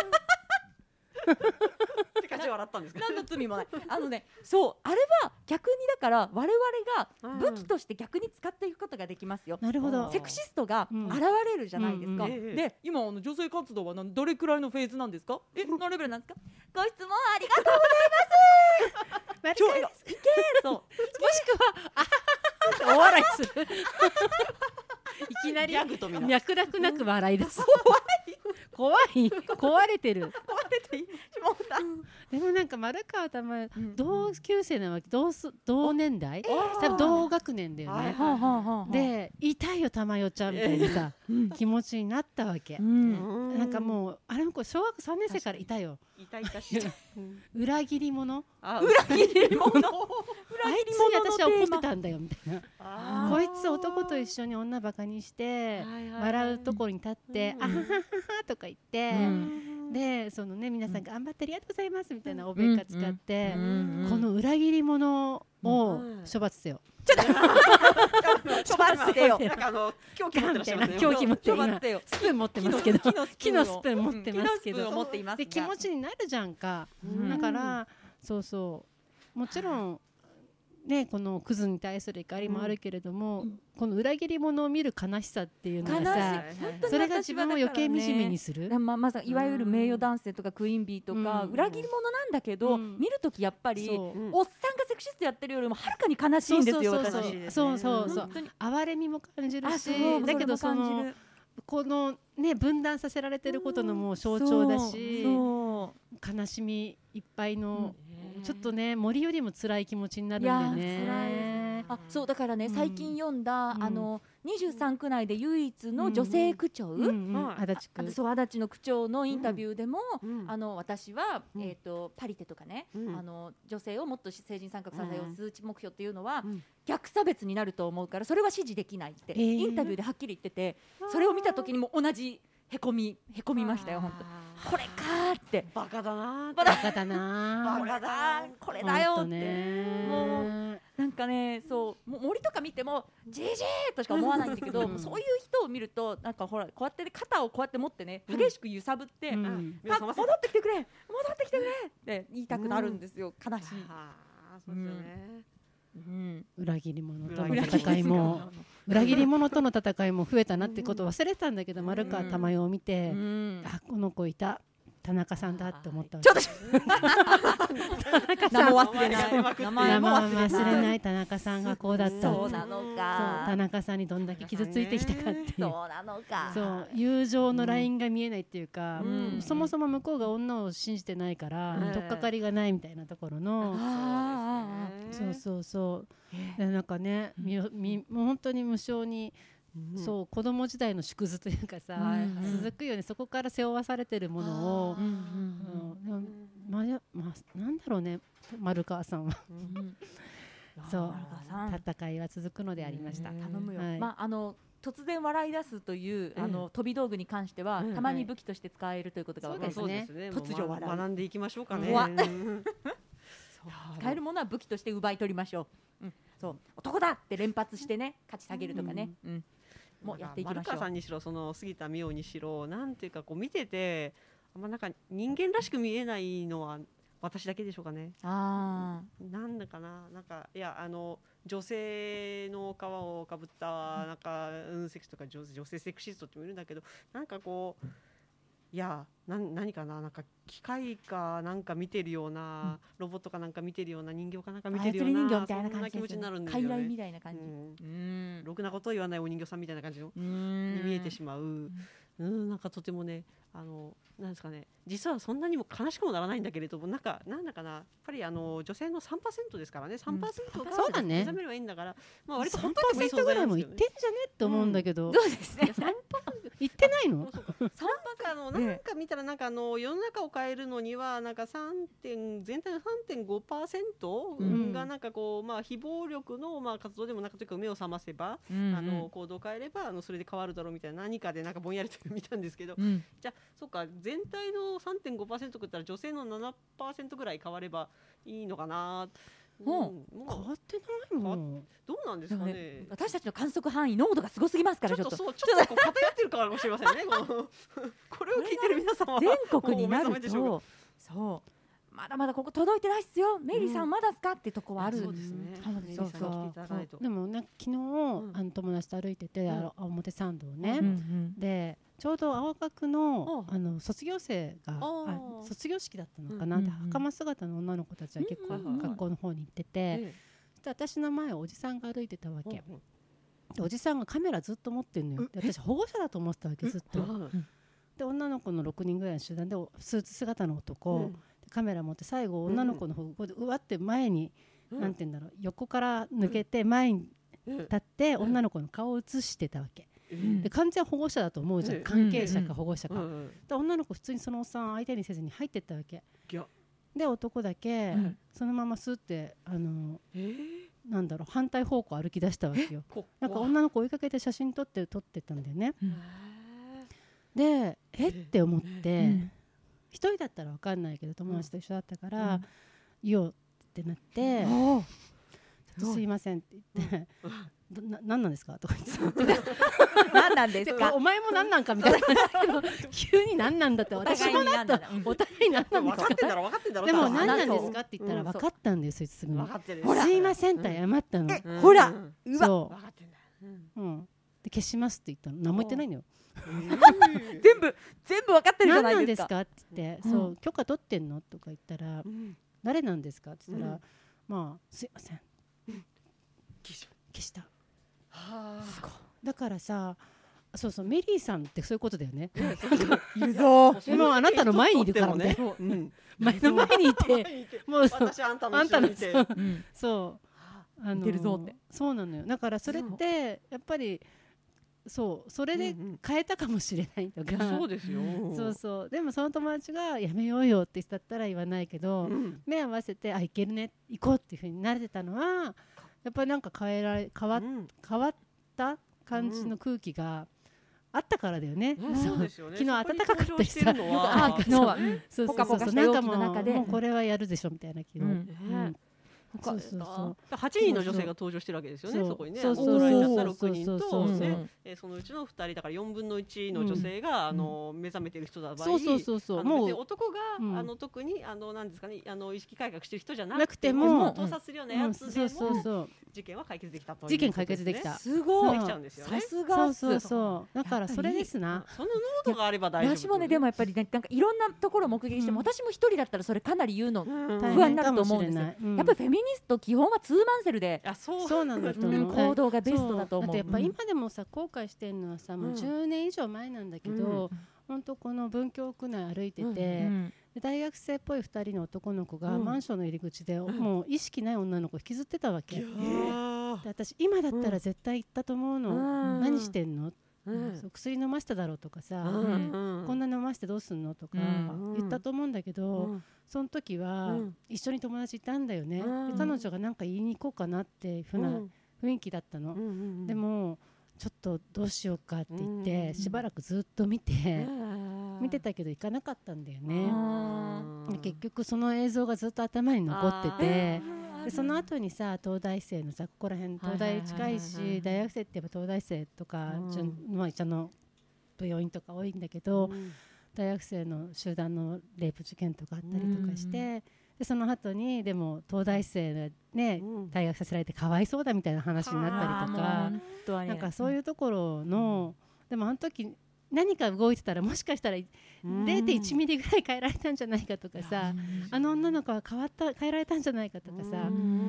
ピカチュウ笑ったんですか。 何の罪もない。そうあれは逆にだから我々が武器として逆に使っていくことができますよ。 なるほど。 セクシストが現れるじゃないですか。で今女性活動はどれくらいのフェーズなんですか。何レベルなんですか。ご質問ありがとうございます。 丸川いけそう。 もしくはお笑いする。いきなりギャグとみな脈絡なく笑い出す。怖い壊れてる。 壊れてしまった。 でもなんか丸川珠代同級生なわけ、同年代、多分同学年だよね。で痛いよ珠代ちゃんみたいなさ気持ちになったわけ。なんかもうあれも小学3年生からいたよ。 痛し裏切り者。 裏切り者。 あいつに私は怒ってたんだよみたいな。こいつ男と一緒に女バカにして笑うところに立ってあはははとか言ってで皆さん頑張ってありがとうございますみたいなおべっか使ってこの裏切り者を処罰せよ。 処罰せよ。 なんか狂気持ってらっしゃいますね。 狂気持って処罰せよ。 スプーン持ってますけど木のスプーン持ってますけど持っていますがで気持ちになるじゃんか。だからもちろんね、このクズに対する怒りもあるけれども、この裏切り者を見る悲しさっていうのがさ、それが自分を余計惨めにする。 まさいわゆる名誉男性とかクイーンビーとか裏切り者なんだけど、見るときやっぱりおっさんがセクシストやってるよりもはるかに悲しいんですよ。哀れみも感じるし、だけどこのね分断させられてることのもう象徴だし、悲しみいっぱいのちょっとね森よりも辛い気持ちになるんだよね。 そうだからね、最近読んだ23区内で唯一の女性区長、足立の区長のインタビューでも、私はパリテとかね、女性をもっと政治に参画させよう数値目標っていうのは逆差別になると思うからそれは支持できないってインタビューではっきり言ってて、それを見た時にも同じへこみましたよ。本当これかーってバカだなバカだなバカだこれだよってもうなんかねそう森とか見てもジージーとしか思わないんだけどそういう人を見るとなんかほらこうやって肩をこうやって持ってね激しく揺さぶって戻ってきてくれって言いたくなるんですよ。悲しい。 そうですよね。 裏切り者との戦いも裏切り者との戦いも増えたなってことを忘れたんだけど、丸川珠代を見てあこの子いた田中さんだって思った。 ちょっと名も忘れない名前も忘れない田中さんがこうだった。 そうなのか。 田中さんにどんだけ傷ついてきたかっていう。 そうなのか。 そう友情のラインが見えないっていうか、そもそも向こうが女を信じてないから取っかかりがないみたいなところの。そうなんかねもう本当に無償に。そう子供時代の縮図というかさ、続くよね。そこから背負わされてるものをなんだろうね丸川さんはそう戦いは続くのでありました。 頼むよ。突然笑い出すという飛び道具に関してはたまに武器として使えるということが分かりますね。突如笑う。 学んでいきましょうかね。 使えるものは武器として奪い取りましょう。そう男だって連発してね勝ち下げるとかね。もうやっていきましょう。 丸川さんにしろ杉田美桜にしろなんていうかこう見ててなんか人間らしく見えないのは私だけでしょうかね。なんだかななんかいや女性の皮をかぶったなんかセクシとか女性セクシストってもいるんだけどなんかこういや何かななんか機械かなんか見てるような、ロボットかなんか見てるような人形かなんか見てるような人形みたいな感じ気持ちになるんですよね。 傀儡みたいな感じ。 ろくなことを言わないお人形さんみたいな感じのに見えてしまう。 なんかとてもねなんですかね、実はそんなにも悲しくもならないんだけれども、なんだかなやっぱり女性の 3% ですからね、3%がそうだね目覚めればいいんだから、まあ割とほっといてもいい存 3%ぐらいも在なんですけどね。 いってんじゃねって思うんだけど、 そうですね。 いってないの？ なんか見たらなんか世の中を変えるのにはなんか全体の 3.5% がなんかこう、まあ非暴力のまあ活動でもなんかというか目を覚ませば、行動を変えればそれで変わるだろうみたいな何かでなんかぼんやりと見たんですけど、じゃあそうか、全体の 3.5% って言ったら女性の 7% ぐらい変わればいいのかな。 変わってないもん。 どうなんですかね。 私たちの観測範囲濃度がすごすぎますから、ちょっとこう偏ってるからかもしれませんね。これを聞いてる皆さんは全国になるもうお目覚めでしょうか。 そうまだまだここ届いてないっすよ、メリーさんまだっすかってとこはある。 そうですね。 でもなんか昨日友達と歩いてて表参道をね、でちょうど青学の卒業生が卒業式だったのかな、で袴姿の女の子たちは結構学校の方に行ってて、私の前をおじさんが歩いてたわけ。おじさんがカメラずっと持ってるのよ。私保護者だと思ってたわけずっと。で女の子の6人ぐらいの集団でスーツ姿の男、カメラ持って最後女の子の方でうわって前に、なんて言うんだろう、横から抜けて前に立って女の子の顔を映してたわけ。で完全保護者だと思うじゃん、関係者か保護者か。で女の子普通にそのおっさん相手にせずに入ってったわけで、男だけそのままスーってなんだろう、反対方向歩き出したわけよ。なんか女の子追いかけて写真撮ってったんだよね。でって思って一人だったら分かんないけど友達と一緒だったから言おうってなってすいませんって言って何なんですかとか言って何なんですか、 お前も何なんかみたいな急に何なんだって、私もなったお互い何なんですか、でも何なんですかって言ったら分かったんだよ、そいつすぐにすいませんって謝ったの。 ほらそうで消しますって言ったの、何も言ってないのよ。 全部分かってるじゃないですか。 何なんですかって言って、そう許可取ってんのとか言ったら、誰なんですかって言ったら、まあすいません消しただからさ、そうメリーさんってそういうことだよね。 いるぞでもあなたの前にいるからね、前の前にいてもう私あんたの後ろにいてそう出るぞって。 そうなのよ。だからそれってやっぱりそれで変えたかもしれないとか、 そうですよ。 そうでもその友達がやめようよって言ったったら言わないけど、目合わせていけるね行こうっていう風に慣れてたのはやっぱりなんか変わった感じの空気があったからだよね。 そうですよね。 昨日暖かかったしさ、 昨日はポカポカした陽気の中でもうこれはやるでしょみたいな昨日。 そう8人の女性が登場してるわけですよね。そこにね、 そうオーライだった6人とね、そのうちの2人だから4分の1の女性が目覚めてる人だ場合、もう男が特になんですかね、意識改革してる人じゃなくても盗撮するようなやつでも事件は解決できたという。 事件解決できた。 すごい。 できちゃうんですよね。 さすが。 そうだからそれですな。 その濃度があれば大丈夫。 私もね、でもやっぱりなんかいろんなところを目撃しても、私も一人だったらそれかなり言うの不安になると思うんですよ。やっぱりフェミニスト基本はツーマンセルで、 そうなんだと思う。 行動がベストだと思う。 やっぱ今でもさ後悔してるのはさ、もう10年以上前なんだけど、本当この文京区内歩いてて、大学生っぽい2人の男の子がマンションの入り口でもう意識ない女の子を引きずってたわけ。で私今だったら絶対言ったと思うの。何してんの？薬飲ましただろうとかさ、こんな飲ましてどうすんのとか言ったと思うんだけど、その時は一緒に友達いたんだよね。で彼女がなんか言いに行こうかなっていう風な雰囲気だったの。でもちょっとどうしようかって言ってしばらくずっと見てたけど行かなかったんだよね。結局その映像がずっと頭に残ってて、でその後にさ東大生のさ、ここら辺東大近いし、大学生って言えば東大生とか医者の病院とか多いんだけど、大学生の集団のレイプ事件とかあったりとかして、でその後にでも東大生がね、退学させられてかわいそうだみたいな話になったりとか、なんかそういうところの、でもあの時何か動いてたらもしかしたら 0.1 ミリぐらい変えられたんじゃないかとかさ、あの女の子は変えられたんじゃないかとかさ、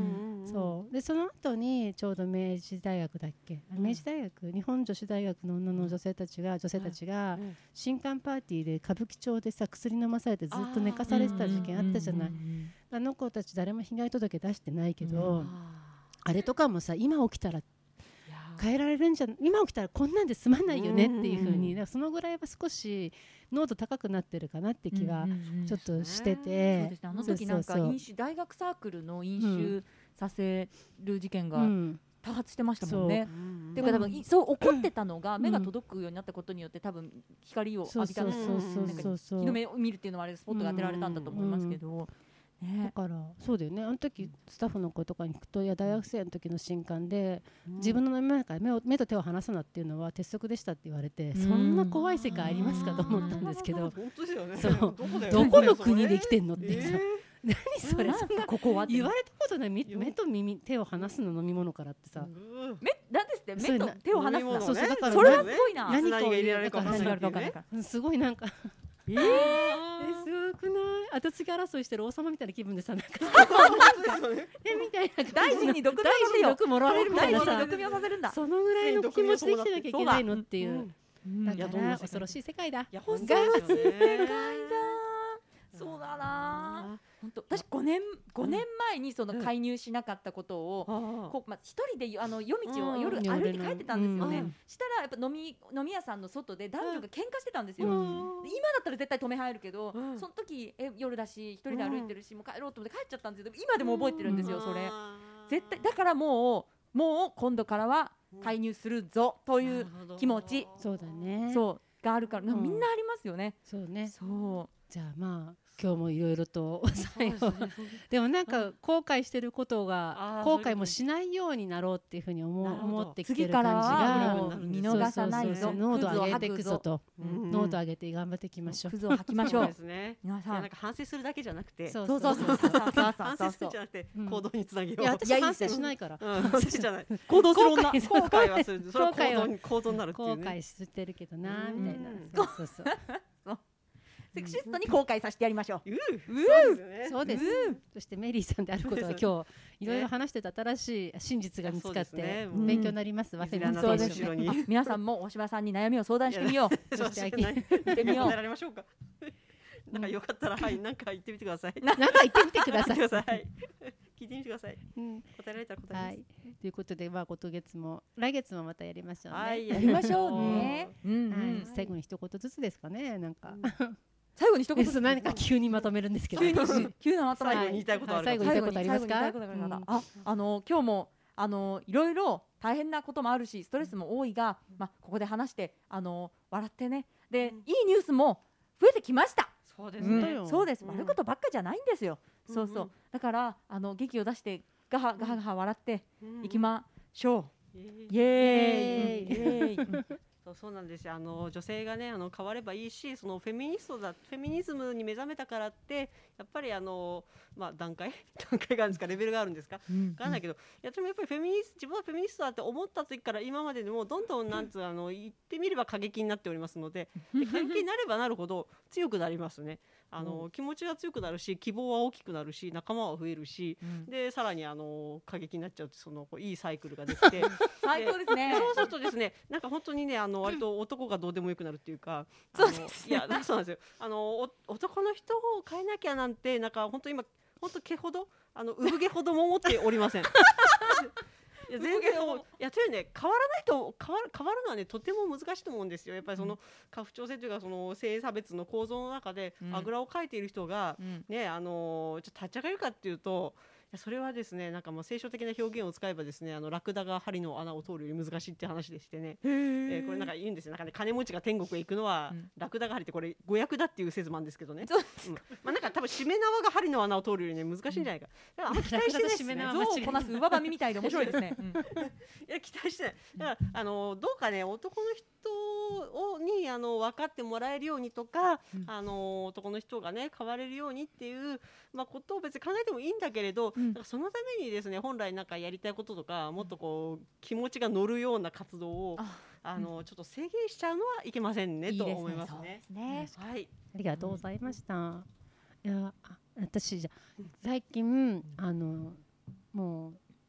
そうでその後にちょうど明治大学だっけ、明治大学日本女子大学の女の女性たちが新歓パーティーで歌舞伎町でさ薬飲まされてずっと寝かされてた事件あったじゃない。あの子たち誰も被害届出してないけど、あれとかもさ今起きたら変えられるんじゃ今起きたらこんなんで済まないよねっていう風に、そのぐらいは少し濃度高くなってるかなって気はちょっとしてて、 そうですね、あの時なんか飲酒大学サークルの飲酒させる事件が多発してましたもんね。っていうか多分そう怒ってたのが目が届くようになったことによって多分光を浴びたんですよ。日の目を見るっていうのはあれスポットが当てられたんだと思いますけど。 だからそうだよね。あの時スタッフの子とかに聞くと、いや大学生の時の新刊で自分の目から目と手を離すなっていうのは鉄則でしたって言われて、そんな怖い世界ありますかと思ったんですけど、 本当ですよね。 そうどこの国で生きてんのってさ、何それ、そんなここは言われたことない。目と耳手を離すの飲み物からってさ、 なんですって目と手を離すの、 そうそうだからそれはすごいな。 何が入れられるか分からないからすごいなんかすごくない？後継ぎ争いしてる王様みたいな気分でさ、なんかみたいな大臣に毒味をさせよう、 毒もらわれるみたいなさ、 大臣に毒味をさせるんだ。 そのぐらいの気持ちで生きてなきゃいけないのっていう。だから恐ろしい世界だ。 恐ろしい世界だ。そうだな。本当、私5年前にその介入しなかったことをこう一人で夜道を夜歩いて帰ってたんですよね。したらやっぱ飲み屋さんの外で男女が喧嘩してたんですよ。今だったら絶対止め入るけど、その時夜だし一人で歩いてるし、もう帰ろうと思って帰っちゃったんですけど、今でも覚えてるんですよそれ。絶対だからもう今度からは介入するぞという気持ち、 そうだね、 そうがあるから、みんなありますよね。 そうね。 そうじゃあまあ今日もいろいろとでもなんか後悔してることが後悔もしないようになろうっていうふうに思ってきてる感じが、 見逃さないぞ、 濃度上げていくぞと、濃度上げて頑張っていきましょう。 クズを吐きましょう。 皆さんなんか反省するだけじゃなくて、 そう反省するじゃなくて行動につなげよう。いや私反省しないから。 反省じゃない。 行動する女。 後悔はする。それは行動になるっていうね。 後悔してるけどなみたいな。そうそう。 セクシストに後悔させてやりましょう。 そうです。そしてメリーさんであることは今日いろいろ話してた新しい真実が見つかって勉強になります。 皆さんも大島さんに悩みを相談してみよう。 そしてってみよう。答えられましょうか。なんかよかったらなんか言ってみてください。 なんか言ってみてください。 聞いてみてください。答えられたら答えます。 ということで今月も来月もまたやりましょうね。 やりましょうね。 最後に一言ずつですかね。なんか。 最後に一言何か急にまとめるんですけど、 急なまとめ。 最後に言いたいことある。 最後に言いたいことありますか？ 今日もいろいろ大変なこともあるしストレスも多いが、ここで話して笑ってね、でいいニュースも増えてきました。 そうですね。 そうです。悪いことばっかじゃないんですよ。そうそう。だから元気を出してガハガハ笑っていきましょう。イエーイ。 そうなんですよ。女性がね変わればいいし、そのフェミニズムに目覚めたからってやっぱり段階があるんですか、レベルがあるんですか、分からないけど、でもやっぱり自分はフェミニストだって思った時から今まででもどんどん言ってみれば過激になっておりますので、過激になればなるほど強くなりますね。気持ちが強くなるし、希望は大きくなるし、仲間は増えるし、でさらに過激になっちゃうといいサイクルができて最高ですね。 そうするとですね、なんか本当にね割と男がどうでもよくなるっていうか、 そうですね。 いやそうなんですよ。男の人を変えなきゃなんてなんか本当今毛ほど産毛ほども思っておりません。いや全然というね、変わるのはねとても難しいと思うんですよ。やっぱり家父長制というか性差別の構造の中であぐらをかいている人がねちょっと立ち上がるかっていうと、それはですねなんか聖書的な表現を使えばですねラクダが針の穴を通るより難しいって話でしてね、これなんか言うんですよ。なんかね金持ちが天国へ行くのはラクダが針ってこれ誤訳だっていう説もあるんですけどね。なんか多分しめ縄が針の穴を通るよりね難しいんじゃないか。だからあんま期待してないですね。 象をこなす上ばみみたいで面白いですね。 いや期待してない。だからどうかね男の人に分かってもらえるようにとか、男の人がね変われるようにっていうことを別に考えてもいいんだけれど、そのためにですね本来なんかやりたいこととかもっと気持ちが乗るような活動をちょっと制限しちゃうのはいけませんねと思いますね。はい、 ありがとうございました。いや私最近もう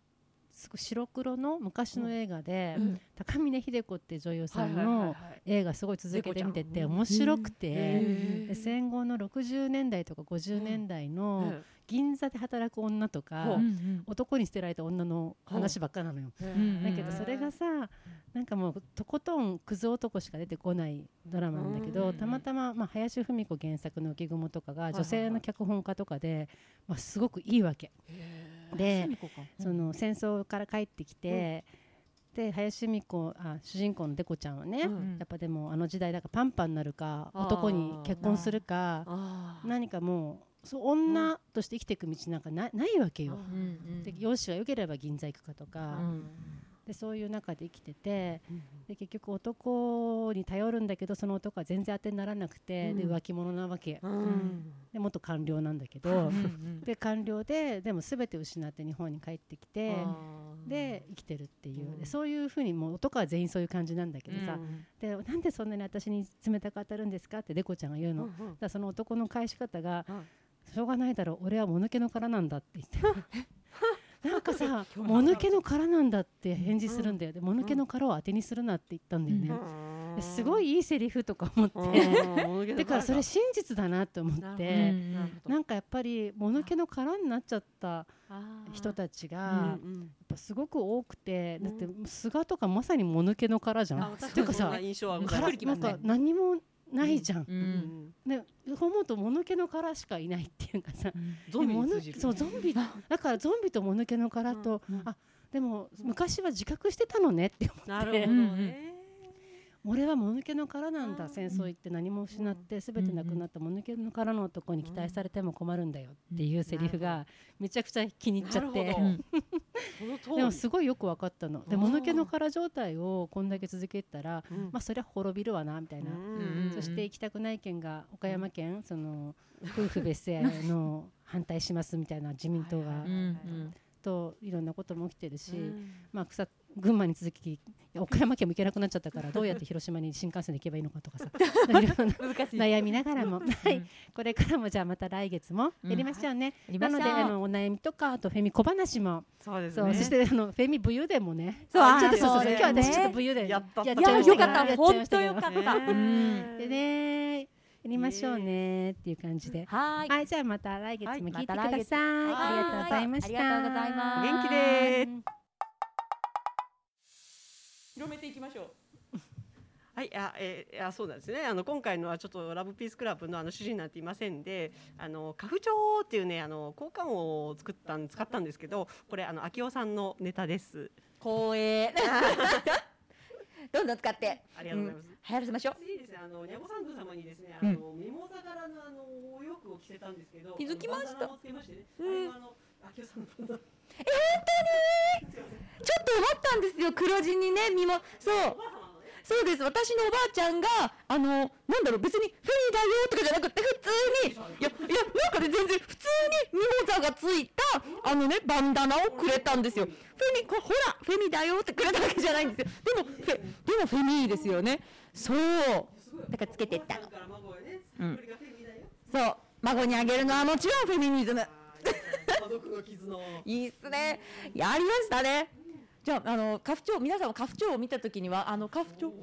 すごい白黒の昔の映画で、高峰秀子って女優さんはいはいはいはのい映画すごい続けて見てて猫ちゃん面白くて、 へで戦後の60年代とか50年代の銀座で働く女とか、男に捨てられた女の話ばっかなのよ。だけどそれがさ、なんかもうとことんクズ男しか出てこないドラマなんだけど、たまたま、林芙美子原作の浮雲とかが女性の脚本家とかで、すごくいいわけで、その戦争から帰ってきて、で林芙美子主人公のデコちゃんはね、やっぱでもあの時代だからパンパンになるか男に結婚するか何かもうそう女として生きていく道なんかないわけよ。で容姿が良ければ銀座行くかとか、でそういう中で生きてて、で結局男に頼るんだけどその男は全然当てにならなくて、で浮気者なわけ、で元官僚なんだけど、で官僚でも全て失って日本に帰ってきて、で生きてるっていう、でそういうふうにもう男は全員そういう感じなんだけどさ、でなんでそんなに私に冷たく当たるんですかってデコちゃんが言うの、だからその男の返し方が、しょうがないだろう俺はもぬけの殻なんだって言ってなんかさもぬけの殻なんだって返事するんだよ。でもぬけの殻を当てにするなって言ったんだよね。すごいいいセリフとか思ってだからそれ真実だなと思って、なんかやっぱりもぬけの殻になっちゃった人たちがやっぱすごく多くて、だって菅とかまさにもぬけの殻じゃん。っていうかさなんか何もないじゃん、でそう思うともぬけの殻しかいないっていうかさ、ゾンビだからゾンビともぬけの殻と、でも昔は自覚してたのねって思って、なるほどね、俺はもぬけの殻なんだ、戦争行って何も失って全てなくなったもぬけの殻の男に期待されても困るんだよっていうセリフがめちゃくちゃ気に入っちゃって、でもすごいよく分かったので、もぬけの殻状態をこんだけ続けたら、そりゃ滅びるわなみたいな、そして行きたくない県が岡山県、その夫婦別姓の反対しますみたいな自民党がといろんなことも起きてるし、群馬に続き岡山県も行けなくなっちゃったからどうやって広島に新幹線で行けばいいのかとかさ悩みながらも、これからもじゃあまた来月もやりましょうね、なのでお悩みとかあとフェミ小話もそうですね、そしてフェミ武勇伝もね、今日私ちょっと武勇伝やっちゃいました。よかった、本当よかったでねやりましょうねっていう感じで、はい、じゃあまた来月も聞いてください。ありがとうございました。ありがとうございます。 元気です。 広めていきましょう。 はい、そうなんですね。今回のはちょっとラブピースクラブの主人なんていませんで、家父長っていうね交換音を使ったんですけど、これ秋夫さんのネタです。 光栄。どんどん使ってありがとうございます。 流行らせましょう。 次ですね、ニャゴサンド様にですね、ミモザ柄のお洋服を着せたんですけど、 気づきました。 あれは秋夫さんの本当にちょっと思ったんですよ、黒地にね、そうです、私のおばあちゃんがなんだろう、別にフェリーだよとかじゃなくて、普通になんかね、全然普通にミモザがついたバンダナをくれたんですよ。ほらフェミだよってくれたわけじゃないんですよ。でもフェミですよね。そうだからつけてったの。そう孫にあげるのはもちろんフェミニズム。いいっすね。やりましたね。じゃあ家父長、皆さんも家父長を見たときには家父長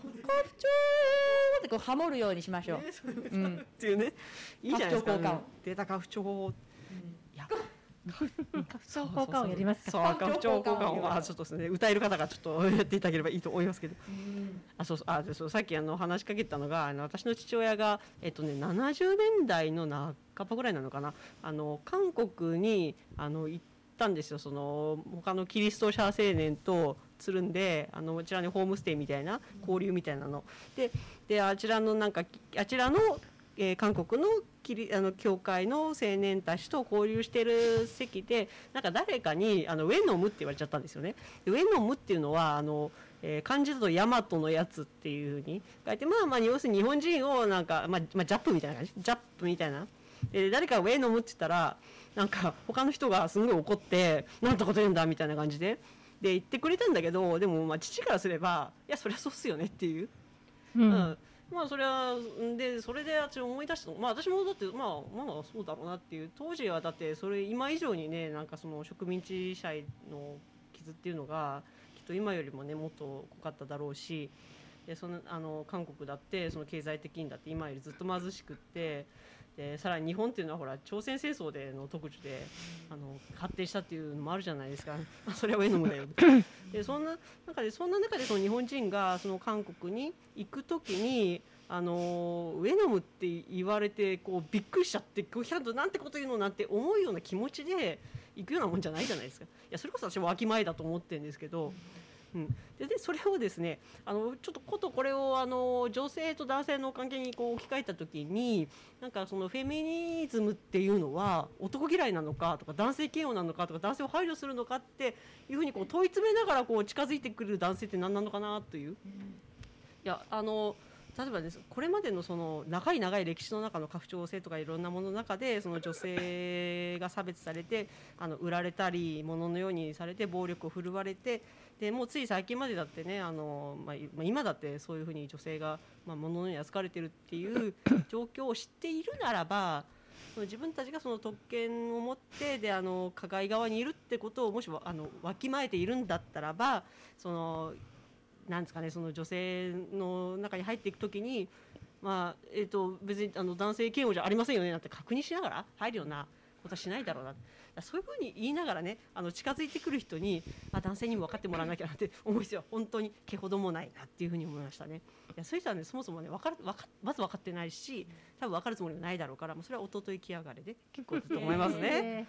ってこうハモるようにしましょう。 っていうね、いいじゃないですか。出た家父長。 家父長効果をやりますか。 そう、家父長効果をちょっとですね、歌える方がちょっとやっていただければいいと思いますけど。そうさっき話しかけたのが私の父親が70年代の半ばぐらいなのかな、韓国に行ったんですよ。その他のキリスト者青年とつるんでこちらにホームステイみたいな交流みたいなので、あちらの韓国の教会の青年たちと交流してる席で誰かにウェノムって言われちゃったんですよね。ウェノムっていうのは漢字だとヤマトのやつっていう風に書いて、要するに日本人をジャップみたいな感じ、ジャップみたいなで、誰かがウェノムって言ったら他の人がすごい怒ってなんてこと言うんだみたいな感じで言ってくれたんだけど、でも父からすればいやそりゃそうっすよねっていう、それはでそれで私思い出した、私もだってまだそうだろうなっていう、当時はだってそれ今以上にねその植民地支配の質っていうのがきっと今よりもねもっと濃かっただろうし、で韓国だってその経済的にだって今よりずっと貧しくって、でさらに日本っていうのはほら朝鮮戦争での特需で発展したっていうのもあるじゃないですかそれはウェノムだよでそんな中でその日本人がその韓国に行くときにウェノムって言われてこうびっくりしちゃってこうなんてこと言うのなんて思うような気持ちで行くようなもんじゃないじゃないですか。いやそれこそ私はわきまえだと思ってるんですけど、でそれをですねちょっとこれを女性と男性の関係にこう置き換えた時になんかそのフェミニズムっていうのは男嫌いなのかとか男性嫌悪なのかとか男性を排除するのかっていうふうにこう問い詰めながらこう近づいてくる男性って何なのかなという。いや例えばです、これまでのその長い歴史の中の家父長制とかいろんなものの中でその女性が差別されて売られたり物のようにされて暴力を振るわれて、でもうつい最近までだってね今だってそういうふうに女性が物のように扱われているっていう状況を知っているならば自分たちがその特権を持ってで加害側にいるってことをもしわきまえているんだったらばなんですかね、その女性の中に入っていくときに、別に男性嫌悪じゃありませんよねなんて確認しながら入るようなことはしないだろうな、そういうふうに言いながらね近づいてくる人に男性にも分かってもらわなきゃなって思うんですよ。本当に毛ほどもないなっていうふうに思いましたね。いやそういう人はねそもそもねまず分かってないし多分分かるつもりはないだろうから、もうそれは弟行きやがれで結構だと思いますね。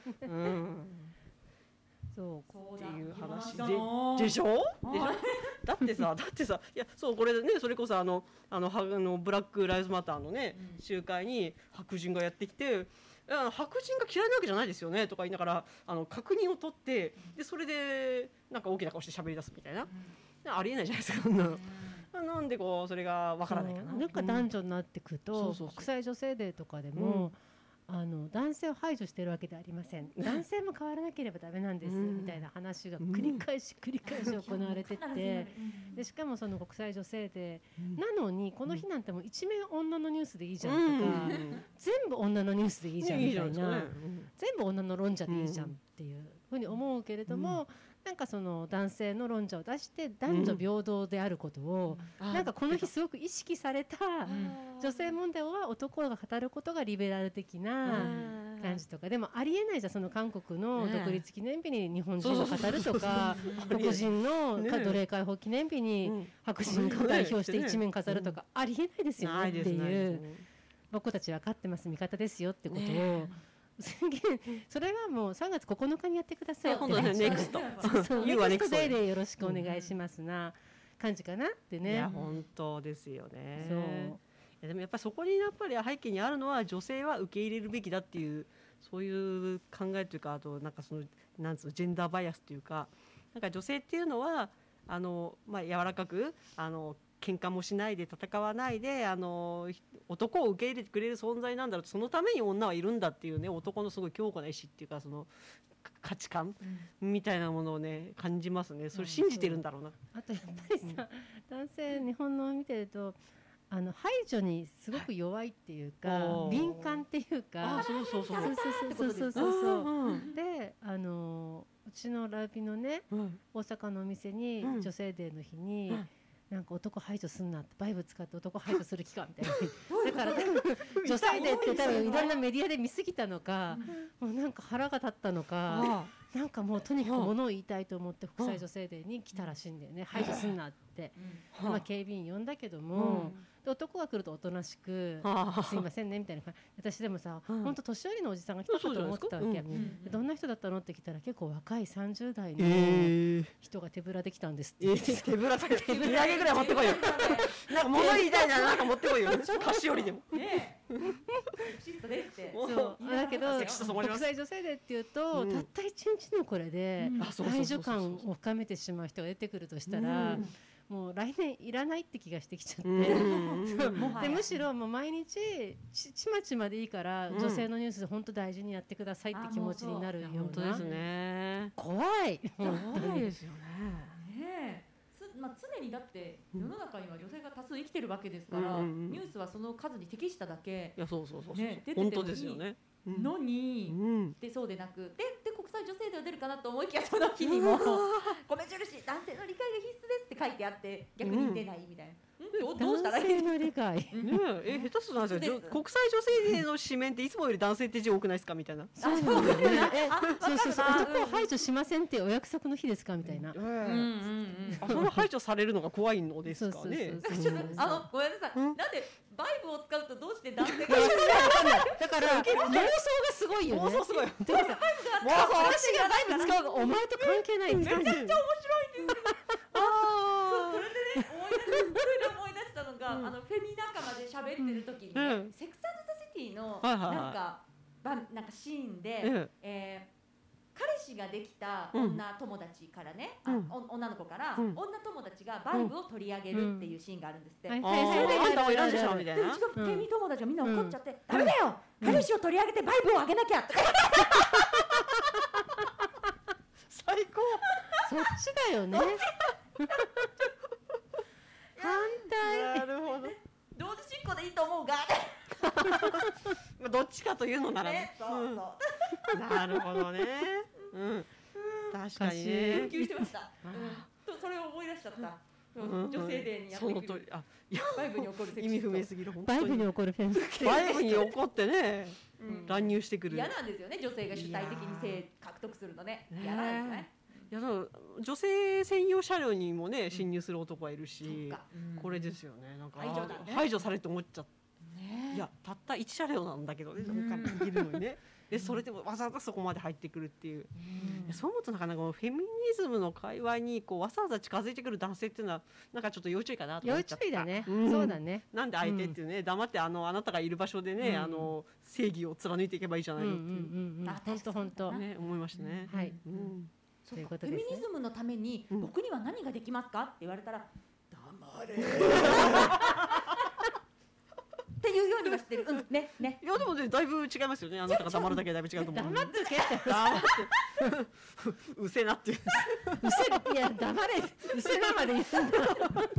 そうっていう話でしょだってさいやそうこれねそれこそブラックライズマターのね、集会に白人がやってきて白人が嫌いなわけじゃないですよねとか言いながら確認を取ってでそれでなんか大きな顔して喋り出すみたいな、ありえないじゃないですか。なんでこうそれがわからないかな。 なんか男女になってくると、国際女性デーとかでも、男性を排除しているわけではありません、男性も変わらなければダメなんです、みたいな話が繰り返し行われてて、でしかもその国際女性デーなのにこの日なんてもう一面女のニュースでいいじゃんとか、全部女のニュースでいいじゃんみたいな、全部女の論者でいいじゃんっていうふうに思うけれども、なんかその男性の論者を出して男女平等であることを、なんかこの日すごく意識された女性問題は男が語ることがリベラル的な感じとか、でもありえないじゃん、その韓国の独立記念日に日本人が語るとか、黒人の奴隷解放記念日に白人が代表して一面飾るとか、ありえないですよねっていう、僕たち分かってます味方ですよってことを宣言、それはもう3月9日にやってくださいって、 本当ね、ネクストネクストデイでよろしくお願いしますな感じかなってね。 いや本当ですよね。でもやっぱりそこにやっぱり背景にあるのは女性は受け入れるべきだっていうそういう考えというか、あとなんかそのなんつうのジェンダーバイアスというか、なんか女性っていうのは柔らかく喧嘩もしないで戦わないで男を受け入れてくれる存在なんだろう、そのために女はいるんだっていうね、男のすごい強固な意志っていうかその価値観みたいなものをね感じますね。それ信じてるんだろうな。 あとやっぱりさ、男性日本の見てると排除にすごく弱いっていうか、敏感っていうか、そうでうちのラビのね、大阪のお店に女性デーの日に、なんか男排除すんなってバイブ使って男排除する気かみたいなだから多分女性デーって多分いろんなメディアで見過ぎたのか、もうなんか腹が立ったのか、なんかもうとにかく物を言いたいと思って国際女性デーに来たらしいんだよね、排除すんなって、警備員呼んだけども、男が来るとおとなしくすいませんねみたいな、私でもさ、本当年寄りのおじさんが来たかと思ってたわけ、どんな人だったのって来たら結構若い30代の人が手ぶらで来たんですって、 手ぶらで手土産ぐらい持ってこいよなんか物言いたいならなんか持ってこいよ菓子折りでもそうだけど国際女性デーっていうと、たった1日のこれで排除感を深めてしまう人が出てくるとしたら、もう来年いらないって気がしてきちゃってでむしろもう毎日ちまちまでいいから女性のニュース本当大事にやってくださいって気持ちになるような、 本当ですね、 怖いですよね。常にだって世の中には女性が多数生きてるわけですから、ニュースはその数に適しただけ出ててもいいのに、でそうでなくで国際女性では出るかなと思いきやその日にも米印男性の理解が必須ですって書いてあって逆に出ないみたいな、どうしたらいい男性の理解ね下手するとなんですよ。国際女性デーの紙面っていつもより男性って字多くないですかみたいな。 そうなんだよねそうそうそう男を排除しませんってお約束の日ですかみたいなあ、その排除されるのが怖いのですかね。 ちょっとごめんなさい、なんでバイブを使うとどうして男性がだから妄想がすごいよね妄想すごい。 でもさ私がバイブ使うがお前と関係ないめちゃくちゃ面白いんですよそれでね思い出したのが、フェミ仲間で喋ってる時にね、セックス&ザ・シティのなんかシーンで、彼氏ができた女友達からね、女の子から、女友達がバイブを取り上げるっていうシーンがあるんですって。それであんたもいらんでしょみたいな。 フェミ友達がみんな怒っちゃってダメだよ彼氏を取り上げてバイブを上げなきゃとか最高。 そっちだよね反対なるほど。 同時進行でいいと思うがどっちかというのならね。 そうそうなるほどね。確かにね。 研究してました。それを思い出しちゃった。女性デーにやってくる。 その通り。 バイブに起こるセクシスト。 意味不明すぎる。 バイブに起こるフェミバイブに起こってね、乱入してくる。 嫌なんですよね。女性が主体的に性獲得するのね。嫌なんですね。 いや女性専用車両にもね侵入する男はいるし、これですよね。なんか排除されて思っちゃった。いやたった1車両なんだけどね、他にいるのにね。でそれでもわざわざそこまで入ってくるっていう。そう思うとなかなかフェミニズムの界隈にこうわざわざ近づいてくる男性っていうのはなんかちょっと要注意かなと思っちゃった。 要注意だね。そうだね。 なんで相手っていうね、黙ってあなたがいる場所でね、正義を貫いていけばいいじゃないのっていう。 本当ね思いましたね。 はい。 フェミニズムのために僕には何ができますかって言われたら黙れっていうようにはしてる。ね。 いやでもねだいぶ違いますよね。あなたが黙るだけでだいぶ違うと思う。 黙ってけ黙ってうせなっていう。 いや黙れうせなまで言うんだ。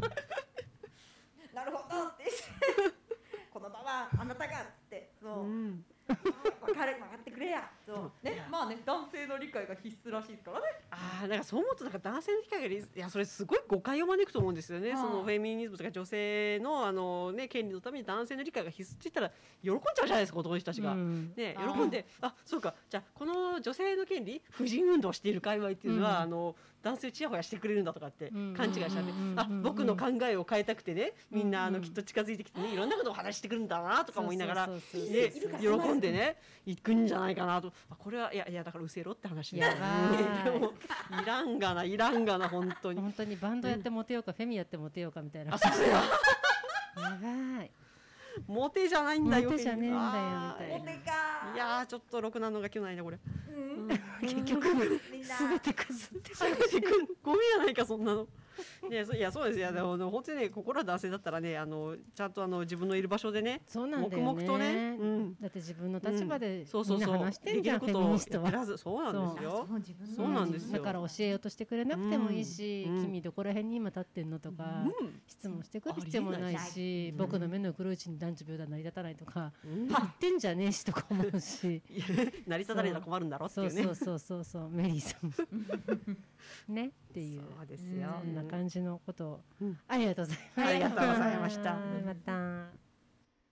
なるほどってこの場はあなたがってそう分かってくれやそうね。まあね男性の理解が必須らしいですからね。 なんかそう思うとなんか男性の理解がいやそれすごい誤解を招くと思うんですよね。そのフェミニズムとか女性の権利のために男性の理解が必須って言ったら喜んじゃうじゃないですか男の人たちが。ね喜んでそうかじゃあこの女性の権利婦人運動している界隈っていうのは男性チヤホヤしてくれるんだとかって勘違いしちゃって僕の考えを変えたくてねみんなきっと近づいてきてねいろんなことを話してくるんだなとか思いながら喜んでね行くんじゃないかなと。これはいやだからうせろって話で。でもいらんがな本当にバンドやってモテようかフェミやってモテようかみたいな。やばい。 モテじゃないんだよ。 モテじゃねえんだよみたいな。 モテか。 いやちょっとろくなのが今日ないなこれ。 結局すべてくずってゴミやないかそんなの。いやそうですよ。でも本当にね心は男性だったらねちゃんと自分のいる場所でね黙々とね。 だって自分の立場でみんな話してんじゃんフェミニストは。 そうなんですよ。そうなんですよ。 だから教えようとしてくれなくてもいいし君どこら辺に今立ってんのとか質問してくる必要もないし僕の目の黒いうちに男女平等成り立たないとか言ってんじゃねえしとか思うし成り立たれたら困るんだろっていうね。 そうメリーさんねっていうそうですよ。 そんな感じのことをありがとうございました。 ありがとうございました。 また。